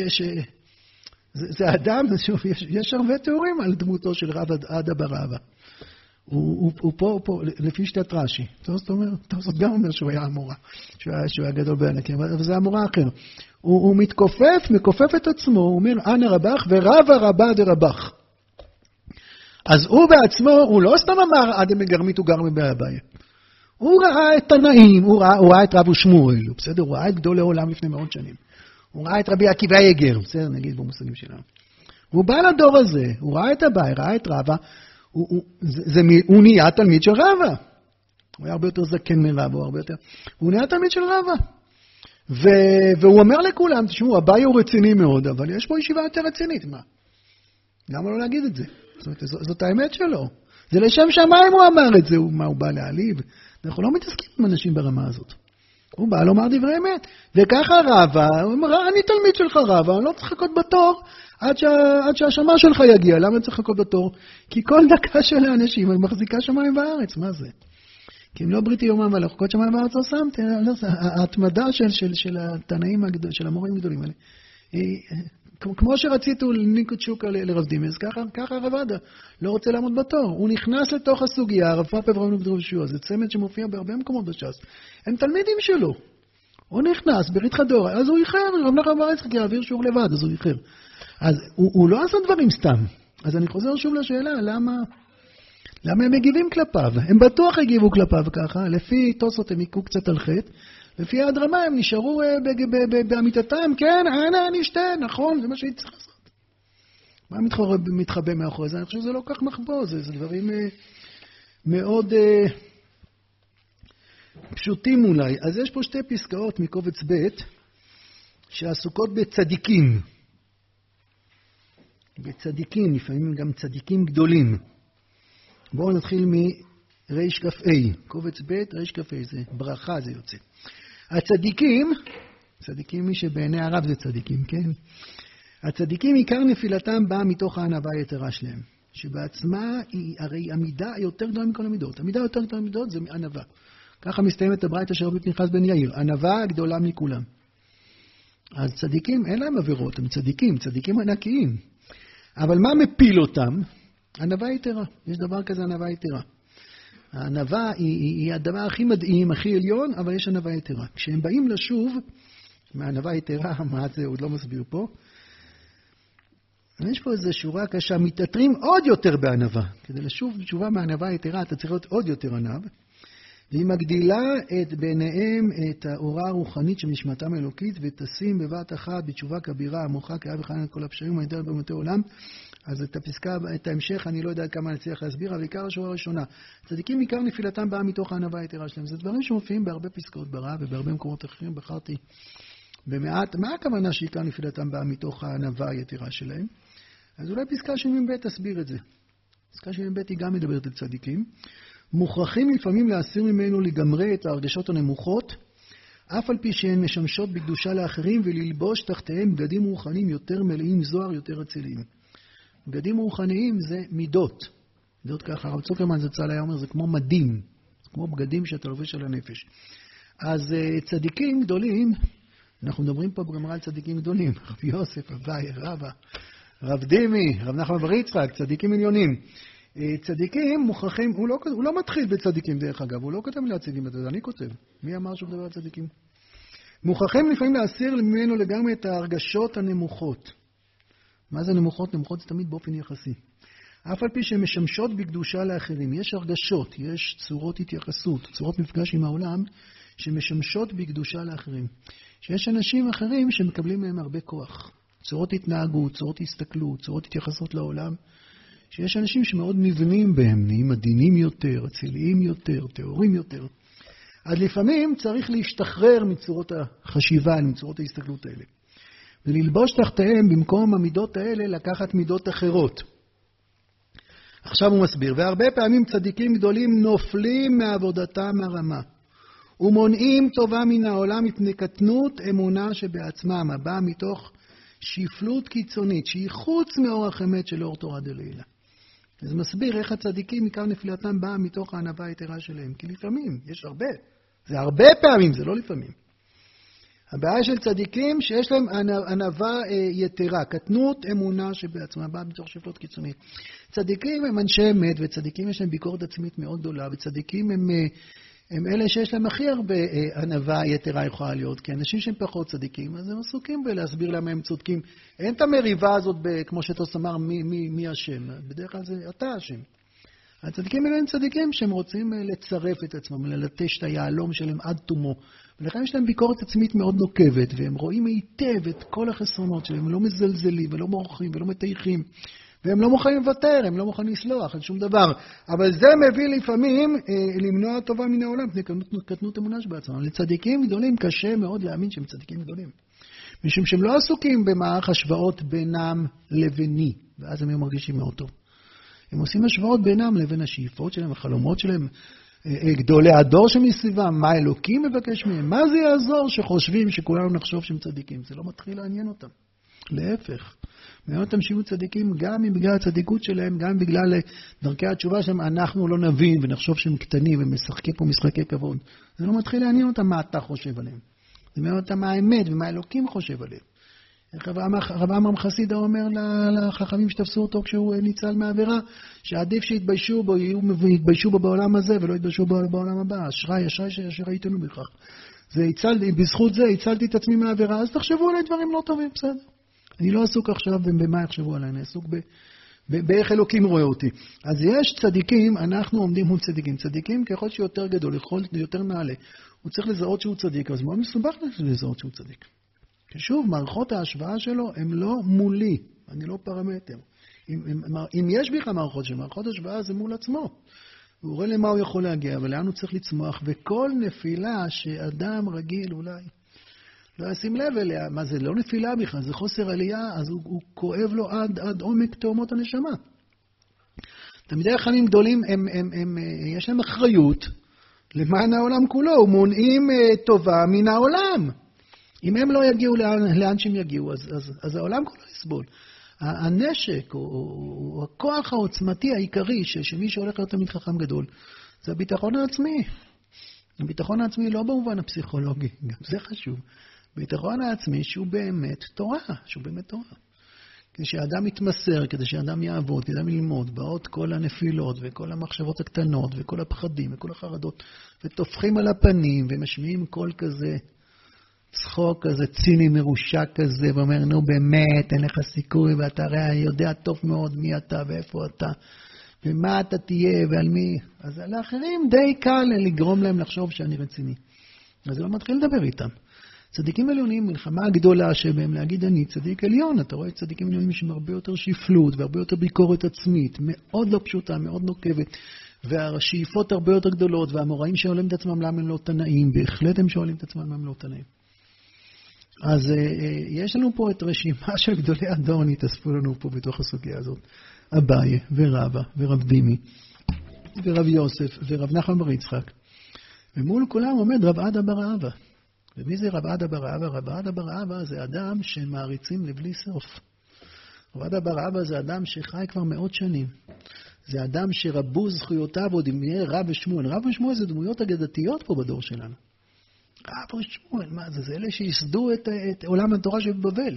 A: זה אדם, יש הרבה תיאורים על דמותו של רב עדה בר אבא. הוא פה, לפי שתת רש"י. תוספות גם אומר שהוא היה אמורה, שהוא היה גדול בענקים, אבל זה אמורה אחר. הוא מכופף את עצמו, הוא אומר, אנא רבך ורבא רבא דרבך. אז הוא בעצמו, הוא לא סתם אמר, אדם גרמית הוא גרמי באביי. הוא ראה את תנאים, הוא ראה את רב ושמואל, בסדר? הוא ראה את גדול העולם לפני מאות שנים. הוא ראה את רבי עקיבא יגר, בסדר? נגיד במושגים שלנו. הוא בא לדור הזה, הוא ראה את אביי, ראה את רבא, הוא נהיה תלמיד של רבא. הוא היה הרבה יותר זקן מרבא, הוא נהיה תלמיד של רבא. והוא אומר לכולם, תשמעו, אביי הוא רציני מאוד, אבל יש פה ישיבה יותר רצינית, מה? למה לא להגיד את זה? זאת האמת שלו. זה לשם שמיים הוא אמר את זה, הוא בא להעליב. אנחנו לא מתעסקים עם אנשים ברמה הזאת. הוא בא לומר דברי אמת. וככה רבא, הוא אומר, אני תלמיד שלך רבא, אני לא צריך לחכות בתור עד שהשמה שלך יגיע. למה צריך לחכות בתור? כי כל דקה של האנשים מחזיקה שמיים בארץ. מה זה? כי אם לא בריתי יומם ולחכות שמיים בארץ לא שמתי. ההתמדה של התנאים הגדולים, של המורים הגדולים האלה, כמו שרציתו לניקוד שוקה לרב דימס, ככה רב עדה לא רוצה לעמוד בתור. הוא נכנס לתוך הסוגיה, הרב פאפ אברהם וגדול ישוע, זה צמד שמופיע בהרבה מקומות בש"ס. הם תלמידים שלו. הוא נכנס ברית חדור, אז הוא איחר, רב נחמן בר יצחק יעביר שיעור לבד, אז הוא איחר. אז הוא לא עשה דברים סתם. אז אני חוזר שוב לשאלה, למה הם מגיבים כלפיו? הם בטוח הגיבו כלפיו ככה, לפי תוספות הם יקו קצת על חטא, לפי יד רמה הם נשארו באמיתתם, כן, אנא ענישתיהם, נכון, זה מה שהיא צריכה לעשות. מה מתחבא מאחורי זה? אני חושב שזה לא כך מחבוא, זה דברים מאוד פשוטים אולי. אז יש פה 2 פסקאות מקובץ ב' שעסוקות בצדיקים. בצדיקים, לפעמים גם צדיקים גדולים. בואו נתחיל מריש כ"ה, קובץ ב' ריש כ"ה, זה ברכה זה יוצא. צדיקים מי שבעיני הרב זה צדיקים, כן? הצדיקים עיקר נפילתם באה מתוך הענווה היתרה שלהם, שבעצמה היא הרי המידה יותר גדולה מכל המידות. המידה יותר גדולה ממידות זה ענווה. ככה מסתיימת הברייתא של רבי פנחס בן יאיר, ענווה גדולה מכולם. אז צדיקים אין להם עבירות, הם צדיקים ענקיים. אבל מה מפיל אותם? ענווה יתרה. יש דבר כזה ענווה יתרה. הענווה היא הדבר הכי מדהים, הכי עליון, אבל יש ענווה יתרה. כשהם באים לשוב מהענווה יתרה, מה זה עוד לא מסביר פה, יש פה איזו שורה קשה, מתעטרים עוד יותר בענווה. כדי לשוב תשובה מהענווה יתרה, אתה צריך להיות עוד יותר ענב, והיא מגדילה את ביניהם את האורה הרוחנית שנשמתם אלוקית, ותשים בבת אחת בתשובה כבירה, המוחה כאב וחנן את כל הפשעים, הידע במתי עולם. אז את הפסקה, את ההמשך, אני לא יודע כמה אני צריך להסביר, אבל עיקר השורה הראשונה. צדיקים עיקר נפילתם באה מתוך הענווה היתרה שלהם. זה דברים שמופיעים בהרבה פסקאות ברב ובהרבה מקומות אחרים. בחרתי במעט, מה הכוונה שעיקר נפילתם באה מתוך הענווה היתרה שלהם? אז אולי פסקה של מ"ב תסביר את זה. פסקה של מ"ב היא גם מדברת על צדיקים. מוכרחים לפעמים להסיר ממנו לגמרי את ההרגשות הנמוכות, אף על פי שהן משמשות בקדושה לאחרים, וללבוש תחתיהם בגדים רוחניים יותר מלאים זוהר, יותר אציליים. בגדים רוחניים זה מידות. מידות ככה, הרב צוקרמן זצ"ל היה אומר, זה כמו מדים, זה כמו בגדים שאתה לובש על הנפש. אז צדיקים גדולים, אנחנו מדברים פה בגמרא על צדיקים גדולים, רב יוסף, אביי, רבא, רב דימי, רב נחמן בר יצחק, צדיקים עליונים. צדיקים מוכרחים, הוא לא מתחיל בצדיקים דרך אגב, הוא לא כותב להציגים, אני כותב. מי אמר שהוא מדבר על צדיקים? מוכרחים לפעמים להסיר ממנו לגמרי את ההרגשות הנמוכות. מה זה נמוכות? נמוכות זה תמיד באופן יחסי. אף על פי שהן משמשות בקדושה לאחרים. יש הרגשות, יש צורות התייחסות, צורות מפגש עם העולם, שמשמשות בקדושה לאחרים. שיש אנשים אחרים שמקבלים מהם הרבה כוח. צורות התנהגות, צורות הסתכלות, צורות התייחסות לעולם. שיש אנשים שמאוד נבנים בהם, נהיים עדינים יותר, אציליים יותר, טהורים יותר. אז לפעמים צריך להשתחרר מצורות החשיבה, מצורות ההסתכלות האלה. וללבוש תחתיהם במקום המידות האלה לקחת מידות אחרות. עכשיו הוא מסביר, והרבה פעמים צדיקים גדולים נופלים מעבודתם הרמה, ומונעים טובה מן העולם מפני קטנות אמונה שבעצמם, הבאה מתוך שפלות קיצונית, שהיא חוץ מאורח אמת של אור תורה דלילה. אז מסביר איך הצדיקים מכאן נפילתם באה מתוך הענווה היתרה שלהם, כי לפעמים, יש הרבה, זה הרבה פעמים, זה לא לפעמים. הבעיה של צדיקים שיש להם ענווה יתרה, קטנות אמונה שבעצמה באה מתוך שפלות קיצונית. צדיקים הם אנשי אמת, וצדיקים יש להם ביקורת עצמית מאוד גדולה, וצדיקים הם אלה שיש להם הכי הרבה ענווה יתרה יכולה להיות, כי אנשים שהם פחות צדיקים, אז הם עסוקים בלהסביר למה הם צודקים. אין את המריבה הזאת, כמו שתוס אמר, מי השם. בדרך כלל זה אתה השם. הצדיקים האלה הם צדיקים שהם רוצים לצרף את עצמם, ללטש את היעלום שלהם עד תומו. ולכן יש להם ביקורת עצמית מאוד נוקבת, והם רואים היטב את כל החסרונות שלהם, הם לא מזלזלים ולא מורחים ולא מטייחים. והם לא מוכנים לוותר, הם לא מוכנים לסלוח על שום דבר. אבל זה מביא לפעמים למנוע טובה מן העולם, פני קטנות אמונה שבעצמם. לצדיקים גדולים קשה מאוד להאמין שהם צדיקים גדולים. משום שהם לא עסוקים במערך השוואות בינם לביני, ואז הם מרגישים מאוד טוב. הם עושים השוואות בינם לבין השאיפות שלהם, החלומות שלהם, גדולי הדור שמסביבם, מה אלוקים מבקש מהם, מה זה יעזור שחושבים שכולנו נחשוב שהם צדיקים? זה לא מתחיל לעניין אותם. להפך. מאוד תמשיכו צדיקים, גם בגלל הצדיקות שלהם, גם בגלל דרכי התשובה שלהם, אנחנו לא נבין ונחשוב שהם קטנים ומשחקים פה משחקי כבוד. זה לא מתחיל לעניין אותם מה אתה חושב עליהם. זה מעניין אותם מה האמת ומה אלוקים חושב עליהם. רב עמרם חסידה אומר לחכמים שתפסו אותו כשהוא ניצל מהעבירה, שעדיף שיתביישו בו, יתביישו בו בעולם הזה ולא יתביישו בו בעולם הבא. אשרי שראיתנו בכך. בזכות זה הצלתי את עצמי מהעבירה, אז תחשבו עליי דברים לא טובים, בסדר. אני לא עסוק עכשיו במה יחשבו עליי, אני עסוק באיך אלוקים רואה אותי. אז יש צדיקים, אנחנו עומדים מול צדיקים. צדיקים ככל שיותר גדול, יותר נעלה. הוא צריך לזהות שהוא צדיק, אז מאוד מסובך לזהות שהוא צדיק. שוב, מערכות ההשוואה שלו הן לא מולי, אני לא פרמטר. אם יש בכלל מערכות של מערכות השוואה, זה מול עצמו. הוא רואה למה הוא יכול להגיע, ולאן הוא צריך לצמוח, וכל נפילה שאדם רגיל אולי לא ישים לב אליה, מה זה לא נפילה בכלל, זה חוסר עלייה, אז הוא כואב לו עד עומק תאומות הנשמה. תלמידי חכמים גדולים, יש להם אחריות למען העולם כולו, מונעים טובה מן העולם. אם הם לא יגיעו לאן שהם יגיעו, אז העולם כולו יסבול. הנשק, או הכוח העוצמתי העיקרי, שמי שהולך להיות תלמיד חכם גדול, זה הביטחון העצמי. הביטחון העצמי לא במובן הפסיכולוגי, גם זה חשוב. ביטחון העצמי שהוא באמת תורה, שהוא באמת תורה. כדי שאדם יתמסר, כדי שאדם יעבוד, כדי ללמוד, באות כל הנפילות וכל המחשבות הקטנות וכל הפחדים וכל החרדות, ותופחים על הפנים ומשמיעים קול כזה, צחוק כזה, ציני מרושע כזה, ואומר, נו באמת, אין לך סיכוי, ואתה הרי יודע טוב מאוד מי אתה ואיפה אתה, ומה אתה תהיה ועל מי. אז על האחרים די קל לגרום להם לחשוב שאני רציני. אז לא מתחיל לדבר איתם. צדיקים עליונים, מלחמה גדולה שבהם להגיד אני צדיק עליון, אתה רואה צדיקים עליונים שהם הרבה יותר שפלות והרבה יותר ביקורת עצמית, מאוד לא פשוטה, מאוד נוקבת, והשאיפות הרבה יותר גדולות, והמוראים שואלים את עצמם למה הם לא תנאים, בהחלט הם שואלים את עצמם למה הם לא תנאים. אז יש לנו פה את רשימה של גדולי הדור, נתאספו לנו פה בתוך הסוגיה הזאת. אביי ורבא ורב דימי ורב יוסף ורב נחמן בר יצחק. ומול כולם עומד רב עדה בר אבא. ומי זה רב עדה בר אבא? רב עדה בר אבא זה אדם שמעריצים לבלי סוף. רב עדה בר אבא זה אדם שחי כבר מאות שנים. זה אדם שרבו זכויותיו עוד אם יהיה רב ושמואל. רב ושמואל זה דמויות אגדתיות פה בדור שלנו. רב ושמואל, מה זה? זה אלה שיסדו את עולם התורה שבבבל.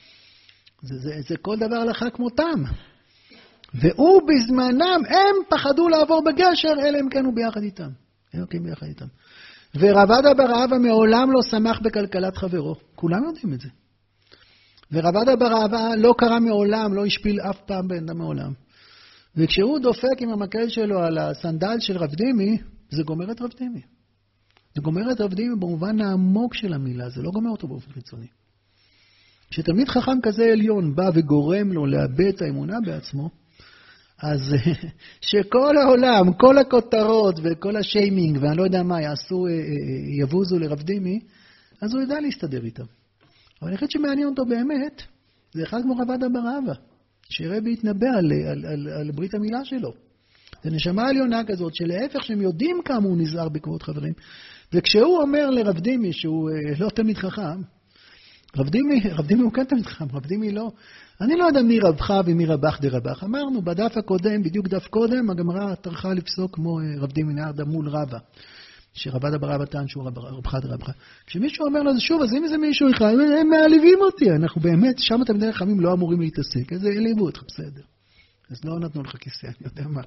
A: זה כל דבר הלכה כמותם. והוא בזמנם, הם פחדו לעבור בגשר, אלה הם כן הוא ביחד איתם. הם כן ביחד איתם. ורב עדה בר אבא מעולם לא שמח בכלכלת חברו. כולם יודעים את זה. ורב עדה בר אבא לא קרא מעולם, לא השפיל אף פעם בן אדם מעולם. וכשהוא דופק עם המקל שלו על הסנדל של רב דימי, זה גומר את רב דימי. זה גומר את רב דימי במובן העמוק של המילה, זה לא גומר אותו באופן חיצוני. כשתלמיד חכם כזה עליון בא וגורם לו לאבד את האמונה בעצמו, אז שכל העולם, כל הכותרות וכל השיימינג ואני לא יודע מה יבוזו לרב דימי, אז הוא ידע להסתדר איתם. אבל אני חושב שמעניין אותו באמת, זה אחד כמו רב עדה בר אבא, שרבי התנבא על ברית המילה שלו. זה נשמה עליונה כזאת, שלהפך שהם יודעים כמה הוא נזהר בכבוד חברים, וכשהוא אומר לרב דימי שהוא לא תלמיד חכם, רב דימי הוא כן תלמיד חכם, רב דימי לא. אני לא יודע מי רבך ומי רבך דרבך. אמרנו בדף הקודם, בדיוק דף קודם, הגמרא טרחה לפסוק כמו רב דימי נהרדה מול רבא, שרב עדה בר אבא טען שהוא רבך דרבך. כשמישהו אומר לו, שוב, אז אם זה מישהו אחד, הם מעליבים אותי. אנחנו באמת, שם תלמידי חכמים לא אמורים להתעסק. אז העליבו אותך, בסדר. אז לא נתנו לך כיסא, אני יודע מה.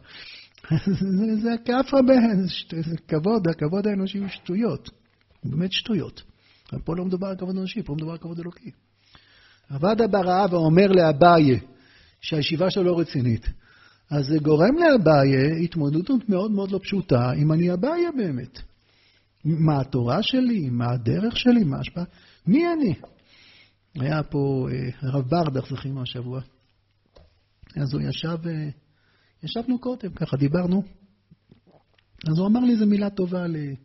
A: זה כאף רבה, זה כבוד, הכבוד האנושי הוא שטויות. הוא באמת שטויות. אבל פה לא מדובר על כבוד אנושי, פה מדובר על כבוד אלוקי. רב עדה בר אבא אומר לאביי שהישיבה שלו לא רצינית. אז זה גורם לאביי התמודדות מאוד מאוד לא פשוטה, אם אני אביי באמת. מה התורה שלי, מה הדרך שלי, מה ההשפעה, מי אני? היה פה הרב ברדך, זכינו השבוע. אז הוא ישבנו קודם, ככה דיברנו. אז הוא אמר לי איזו מילה טובה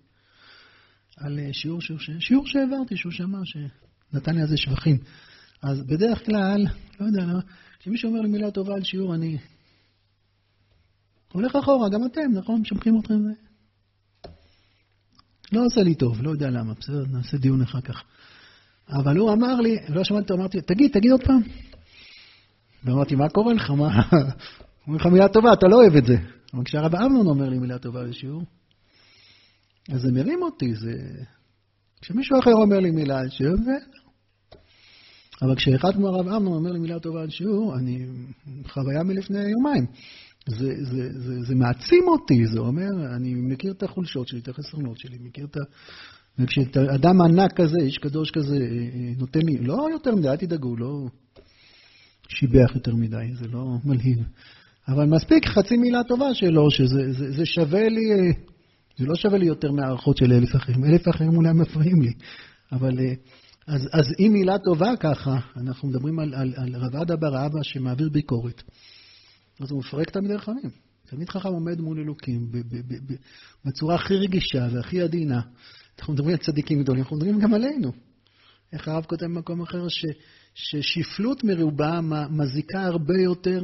A: על שיעור שהעברתי, שהוא שמע, שנתן לי איזה שבחים. אז בדרך כלל, לא יודע למה, כשמישהו אומר לי מילה טובה על שיעור, אני הולך אחורה, גם אתם, נכון? משבחים אתכם זה. לא עושה לי טוב, לא יודע למה, בסדר, נעשה דיון אחר כך. אבל הוא אמר לי, לא שמעתי, אמרתי, תגיד עוד פעם. ואמרתי, מה קורה לך? הוא אומר לך מילה טובה, אתה לא אוהב את זה. אבל כשהרב אמנון אומר לי מילה טובה לשיעור, אז זה מרים אותי, זה... כשמישהו אחר אומר לי מילה על שיעור, זה... אבל כשאחד כמו הרב אמנון אומר לי מילה טובה על שיעור, אני חוויה מלפני יומיים. זה מעצים אותי, זה אומר, אני מכיר את החולשות שלי, את החסרונות שלי, מכיר את ה... וכשאדם ענק כזה, איש קדוש כזה, נותן לי, לא יותר מדי, אל תדאגו, לא שיבח יותר מדי, זה לא מלהיב. אבל מספיק חצי מילה טובה שלו, שזה שווה לי, זה לא שווה לי יותר מהערכות של 1,000 אחרים. 1,000 אחרים אולי מפריעים לי. אבל, אז אם מילה טובה ככה, אנחנו מדברים על רב עדה בר אבא שמעביר ביקורת. אז הוא מפרק תלמידי חכמים. תלמיד חכם עומד מול אלוקים, בצורה הכי רגישה והכי עדינה. אנחנו מדברים על צדיקים גדולים, אנחנו מדברים גם עלינו. איך הרב כותב במקום אחר ששפלות מרובה מזיקה הרבה יותר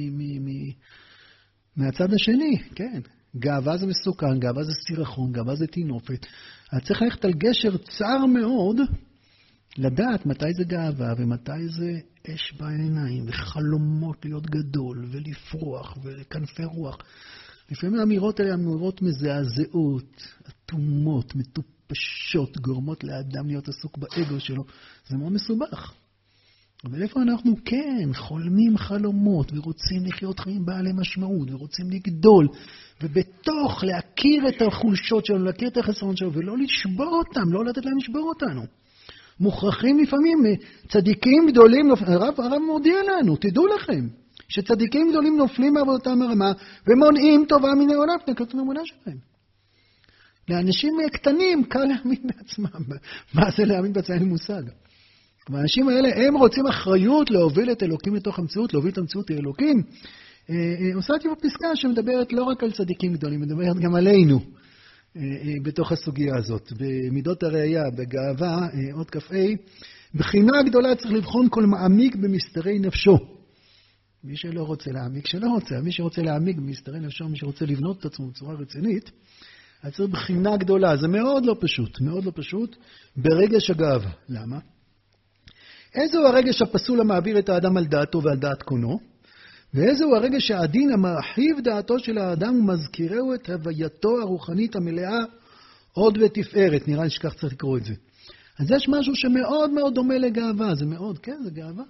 A: מהצד השני, כן. גאווה זה מסוכן, גאווה זה סירחון, גאווה זה תינופת. אז צריך ללכת על גשר צר מאוד, לדעת מתי זה גאווה ומתי זה אש בעיניים, וחלומות להיות גדול, ולפרוח, וכנפי רוח. לפעמים האמירות האלה אמירות מזעזעות, אטומות, מטופשות, גורמות לאדם להיות עסוק באגו שלו. זה מאוד מסובך. אבל איפה אנחנו כן חולמים חלומות, ורוצים לחיות חיים בעלי משמעות, ורוצים לגדול, ובתוך להכיר את החולשות שלנו, להכיר את החסרון שלנו, ולא לשבור אותם, לא לתת להם לשבור אותנו. מוכרחים לפעמים, צדיקים גדולים, הרב מודיע לנו, תדעו לכם, שצדיקים גדולים נופלים מעבודתם הרמה, ומונעים טובה מן העולם, נקלטו מאמונה שלהם. לאנשים קטנים קל להאמין בעצמם. מה זה להאמין בעצמם? אין מושג. והאנשים האלה, הם רוצים אחריות להוביל את אלוקים לתוך המציאות, להוביל את המציאות לאלוקים. עושה בפסקה שמדברת לא רק על צדיקים גדולים, מדברת גם עלינו. בתוך הסוגיה הזאת, במידות הראייה, בגאווה, עוד כ"ה, בחינה גדולה צריך לבחון כל מעמיק במסתרי נפשו. מי שלא רוצה להעמיק, שלא רוצה. מי שרוצה להעמיק במסתרי נפשו, מי שרוצה לבנות את עצמו בצורה רצינית, צריך בחינה גדולה. זה מאוד לא פשוט, מאוד לא פשוט, ברגש הגאווה. למה? איזהו הרגש הפסול המעביר את האדם על דעתו ועל דעת קונו, ואיזהו הרגש העדין המרחיב דעתו של האדם ומזכירהו את הווייתו הרוחנית המלאה עוד ותפארת. נראה לי שכך צריך לקרוא את זה. אז יש משהו שמאוד מאוד דומה לגאווה. זה מאוד, כן, זה גאווה.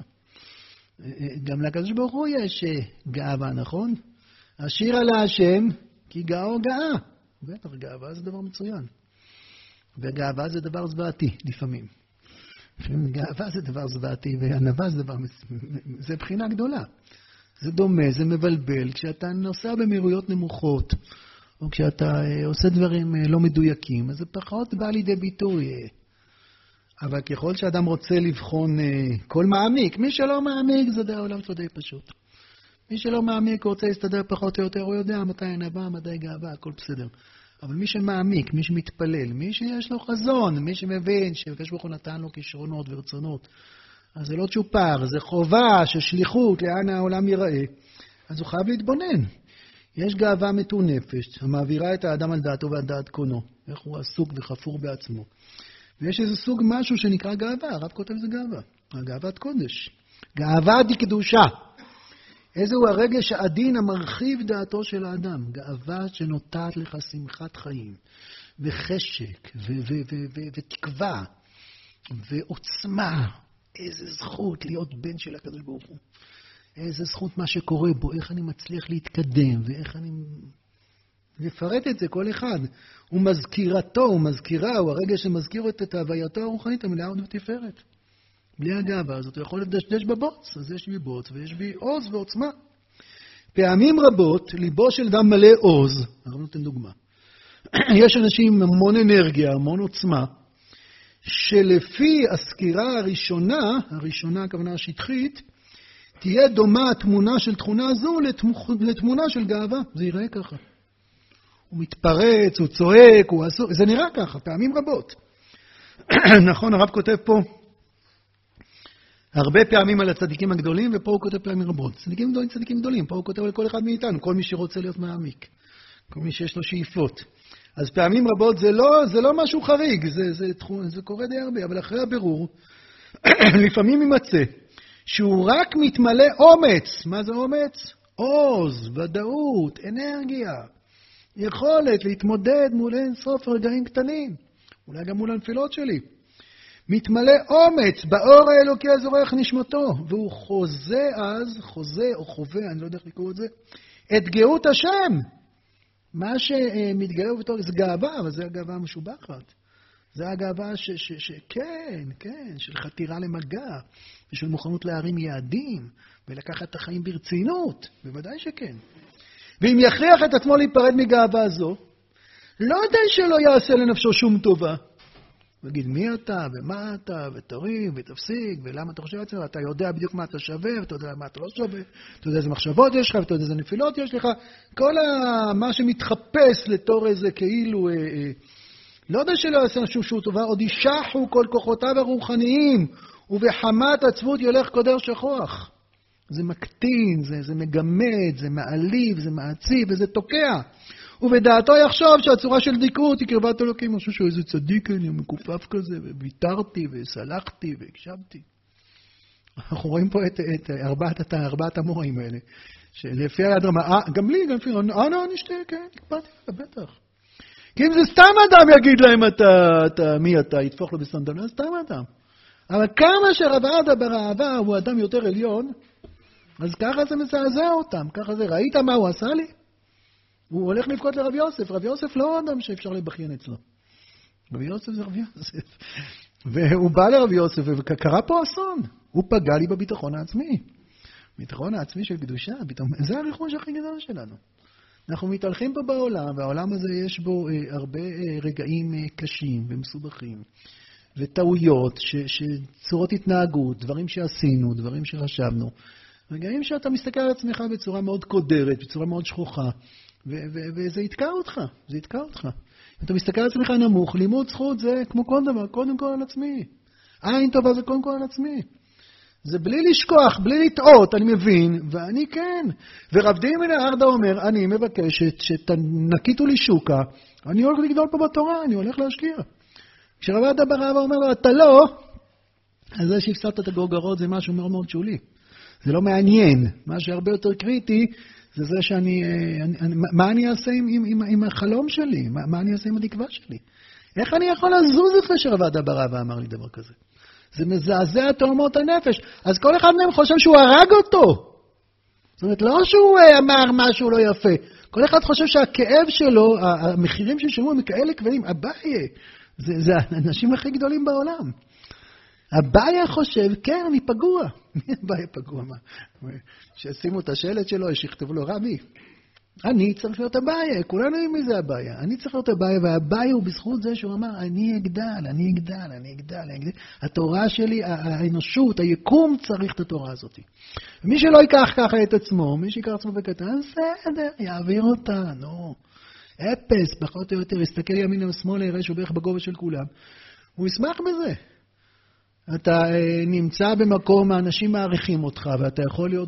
A: גם לקדוש ברוך הוא יש גאווה, נכון? השיר על השם, כי גאו גאה. בטח, גאווה זה דבר מצוין. וגאווה זה דבר זוועתי, לפעמים. גאווה זה דבר זוועתי, וענווה זה דבר... זה בחינה גדולה. זה דומה, זה מבלבל. כשאתה נוסע במהירויות נמוכות, או כשאתה עושה דברים לא מדויקים, אז זה פחות בא לידי ביטוי. אבל ככל שאדם רוצה לבחון כל מעמיק, מי שלא מעמיק זה די העולם די פשוט. מי שלא מעמיק רוצה להסתדר פחות או יותר, הוא יודע מתי ענווה, מתי גאווה, הכל בסדר. אבל מי שמעמיק, מי שמתפלל, מי שיש לו חזון, מי שמבין שהקדוש ברוך הוא נתן לו כישרונות ורצונות, אז זה לא צ'ופר, זה חובה ששליחות לאן העולם ייראה, אז הוא חייב להתבונן. יש גאווה מטונפת, המעבירה את האדם על דעתו ועל דעת קונו, איך הוא עסוק וחפור בעצמו. ויש איזה סוג משהו שנקרא גאווה, הרב כותב זה גאווה, גאוות קודש, גאווה דקדושה. איזהו הרגש העדין המרחיב דעתו של האדם, גאווה שנותנת לך שמחת חיים, וחשק, ותקווה, ועוצמה. איזה זכות להיות בן של הקדוש ברוך הוא. איזה זכות מה שקורה בו, איך אני מצליח להתקדם, ואיך אני... לפרט את זה כל אחד. הוא מזכירתו, הוא מזכירה, הוא הרגש שמזכיר את הווייתו הרוחנית המלאה עוד ותפארת. בלי הגאווה הזאת, הוא יכול לדשדש בבוץ, אז יש בי בוץ ויש בי עוז ועוצמה. פעמים רבות, ליבו של אדם מלא עוז, אנחנו נותן דוגמה. יש אנשים עם המון אנרגיה, המון עוצמה, שלפי הסקירה הראשונה הכוונה השטחית, תהיה דומה התמונה של תכונה זו לתמונה של גאווה. זה ייראה ככה. הוא מתפרץ, הוא צועק, הוא עסוק, זה נראה ככה, פעמים רבות. נכון, הרב כותב פה, הרבה פעמים על הצדיקים הגדולים, ופה הוא כותב פעמים רבות. צדיקים גדולים, פה הוא כותב על כל אחד מאיתנו, כל מי שרוצה להיות מעמיק, כל מי שיש לו שאיפות. אז פעמים רבות זה לא משהו חריג, זה קורה די הרבה, אבל אחרי הבירור, לפעמים יימצא, שהוא רק מתמלא אומץ. מה זה אומץ? עוז, ודאות, אנרגיה, יכולת להתמודד מול אין סוף רגעים קטנים, אולי גם מול הנפילות שלי. מתמלא אומץ באור האלוקי הזורח נשמתו, והוא חוזה או חווה, אני לא יודע איך לקרוא את זה, את גאות השם. מה שמתגלה בתור זה גאווה, אבל זה הגאווה המשובחת. זה הגאווה כן, של חתירה למגע, ושל מוכנות להרים יעדים, ולקחת את החיים ברצינות, בוודאי שכן. ואם יכריח את עצמו להיפרד מגאווה זו, לא די שלא יעשה לנפשו שום טובה. וגיד מי אתה, ומה אתה, ותריב, ותפסיק, ולמה אתה חושב לעצמך, אתה יודע בדיוק מה אתה שווה, ואתה יודע מה אתה לא שווה, אתה יודע איזה מחשבות יש לך, ואתה יודע איזה נפילות יש לך, כל מה שמתחפש לתור איזה כאילו, לא יודע שלא יעשה שום טובה, עוד ישחו כל כוחותיו הרוחניים, ובחמת עצבות ילך קודר שכוח. זה מקטין, זה מגמד, זה מעליב, זה מעציב, וזה תוקע. ובדעתו יחשוב שהצורה של דיקות היא קרבת אלוקים, משהו שהוא איזה צדיק, אני מקופף כזה, וויתרתי, וסלחתי, והקשבתי. אנחנו רואים פה את ארבעת המורים האלה, שלפי היד רמה, גם לי, גם לפי, נשתה, כן, הקפדתי, בטח. כי אם זה סתם אדם יגיד להם מי אתה, יתפוך לו בסנדל, סתם אדם. אבל כמה שרב עדה ברעבה הוא אדם יותר עליון, אז ככה זה מזעזע אותם, ככה זה, ראית מה הוא עשה לי? הוא הולך לבכות לרב יוסף, רב יוסף לא אדם שאפשר לבכיין אצלו. רב יוסף זה רב יוסף. והוא בא לרב יוסף, וקרה פה אסון. הוא פגע לי בביטחון העצמי. ביטחון העצמי של קדושה, זה הריחוש הכי גדול שלנו. אנחנו מתהלכים פה בעולם, והעולם הזה יש בו הרבה רגעים קשים ומסובכים, וטעויות, צורות התנהגות, דברים שעשינו, דברים שחשבנו. רגעים שאתה מסתכל על עצמך בצורה מאוד קודרת, בצורה מאוד שכוחה, וזה יתקע אותך, זה יתקע אותך. אתה מסתכל על עצמך נמוך, לימוד זכות זה כמו כל דבר, קודם כל על עצמי. עין טובה זה קודם כל על עצמי. זה בלי לשכוח, בלי לטעות, אני מבין, ואני כן. ורב דימנה ארדה אומר, אני מבקש שתנקיטו לי שוקה, אני הולך לגדול פה בתורה, אני הולך להשקיע. כשרב עדה בר אבא אומר לו, אתה לא, אז זה שהפסדת את הגורגרות זה משהו מאוד מאוד שולי. זה לא מעניין. מה שהרבה יותר קריטי, זה זה שאני, מה אני אעשה עם החלום שלי? מה אני אעשה עם התקווה שלי? איך אני יכול לזוז אחרי שרב עדה בר אבא אמר לי דבר כזה? זה מזעזע תאומות הנפש. אז כל אחד מהם חושב שהוא הרג אותו. זאת אומרת, לא שהוא אמר משהו לא יפה. כל אחד חושב שהכאב שלו, המחירים ששלמו הם כאלה כבדים. אביי, זה האנשים הכי גדולים בעולם. אביי חושב, כן, אני פגוע. מי אביי פגוע? מה? שישימו את השלט שלו, שיכתבו לו, רבי, אני צריך להיות אביי, כולנו יודעים מי זה אביי. אני צריך להיות אביי, והאביי הוא בזכות זה שהוא אמר, אני אגדל. התורה שלי, האנושות, היקום צריך את התורה הזאת. מי שלא ייקח ככה את עצמו, מי שיקח עצמו בקטן, בסדר, יעביר אותה, נו. אפס, פחות או יותר, יסתכל ימין ושמאל, יראה שהוא בערך בגובה של כולם. הוא ישמח בזה. אתה נמצא במקום, האנשים מעריכים אותך, ואתה יכול להיות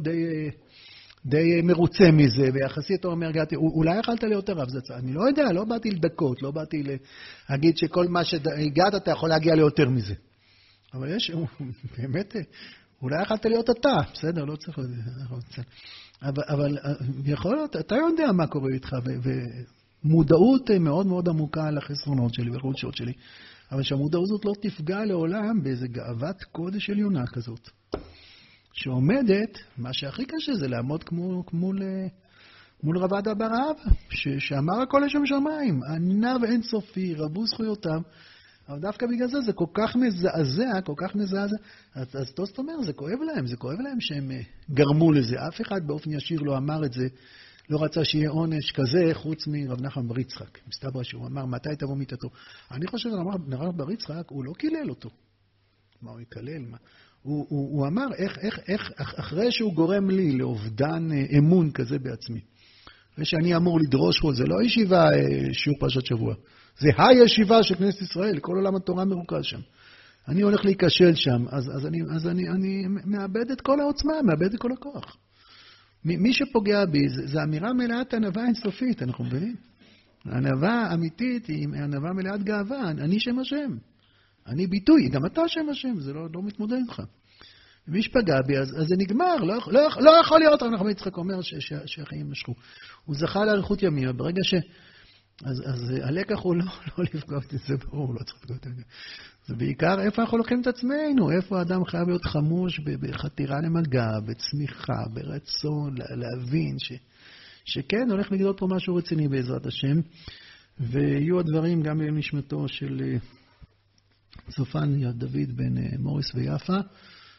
A: די מרוצה מזה, ויחסית אתה אומר, אולי יכלת להיות הרב זצ"ל. אני לא יודע, לא באתי לדקות, לא באתי להגיד שכל מה שהגעת, אתה יכול להגיע ליותר מזה. אבל יש, באמת, אולי יכלת להיות אתה, בסדר, לא צריך להיות. אבל יכול להיות, אתה יודע מה קורה איתך, ומודעות מאוד מאוד עמוקה על החסרונות שלי והחולשות שלי. אבל שהמודעות הזאת לא תפגע לעולם באיזה גאוות קודש עליונה כזאת. שעומדת, מה שהכי קשה זה לעמוד מול רב עדה בר אבא, שאמר הכל לשם שמיים, ענב אין סופי, רבו זכויותיו, אבל דווקא בגלל זה כל כך מזעזע, אז תוספות אומר, זה כואב להם שהם גרמו לזה, אף אחד באופן ישיר לא אמר את זה, לא רצה שיהיה עונש כזה, חוץ מרב נחמן בר יצחק. מסתבר שהוא אמר, מתי תבוא מיתתו? אני חושב שרב בר יצחק, הוא לא קילל אותו. מה הוא יקלל? הוא אמר, איך אחרי שהוא גורם לי לאובדן אמון כזה בעצמי, ושאני אמור לדרוש פה, זה לא ישיבה שיעור פרשת שבוע, זה הישיבה של כנסת ישראל, כל עולם התורה מרוכז שם. אני הולך להיכשל שם, אז אני מאבד את כל העוצמה, מאבד את כל הכוח. מי שפוגע בי, זה אמירה מלאת ענווה אינסופית, אנחנו מבינים? הענווה אמיתית היא ענווה מלאת גאווה, אני שם השם. אני ביטוי, גם אתה שם השם, זה לא מתמודד איתך. מי שפגע בי, אז זה נגמר, לא יכול להיות, אנחנו יצחק אומר שהחיים משכו. הוא זכה לאריכות ימים, ברגע אז הלקח הוא לא לפגוע את זה, ברור, לא צריך לפגוע את זה. זה בעיקר איפה אנחנו לוקחים את עצמנו, איפה האדם חייב להיות חמוש בחתירה למגע, בצמיחה, ברצון, להבין שכן, הולך לגדול פה משהו רציני בעזרת השם, ויהיו הדברים גם בנשמתו של צופן יד דוד בן מוריס ויפה,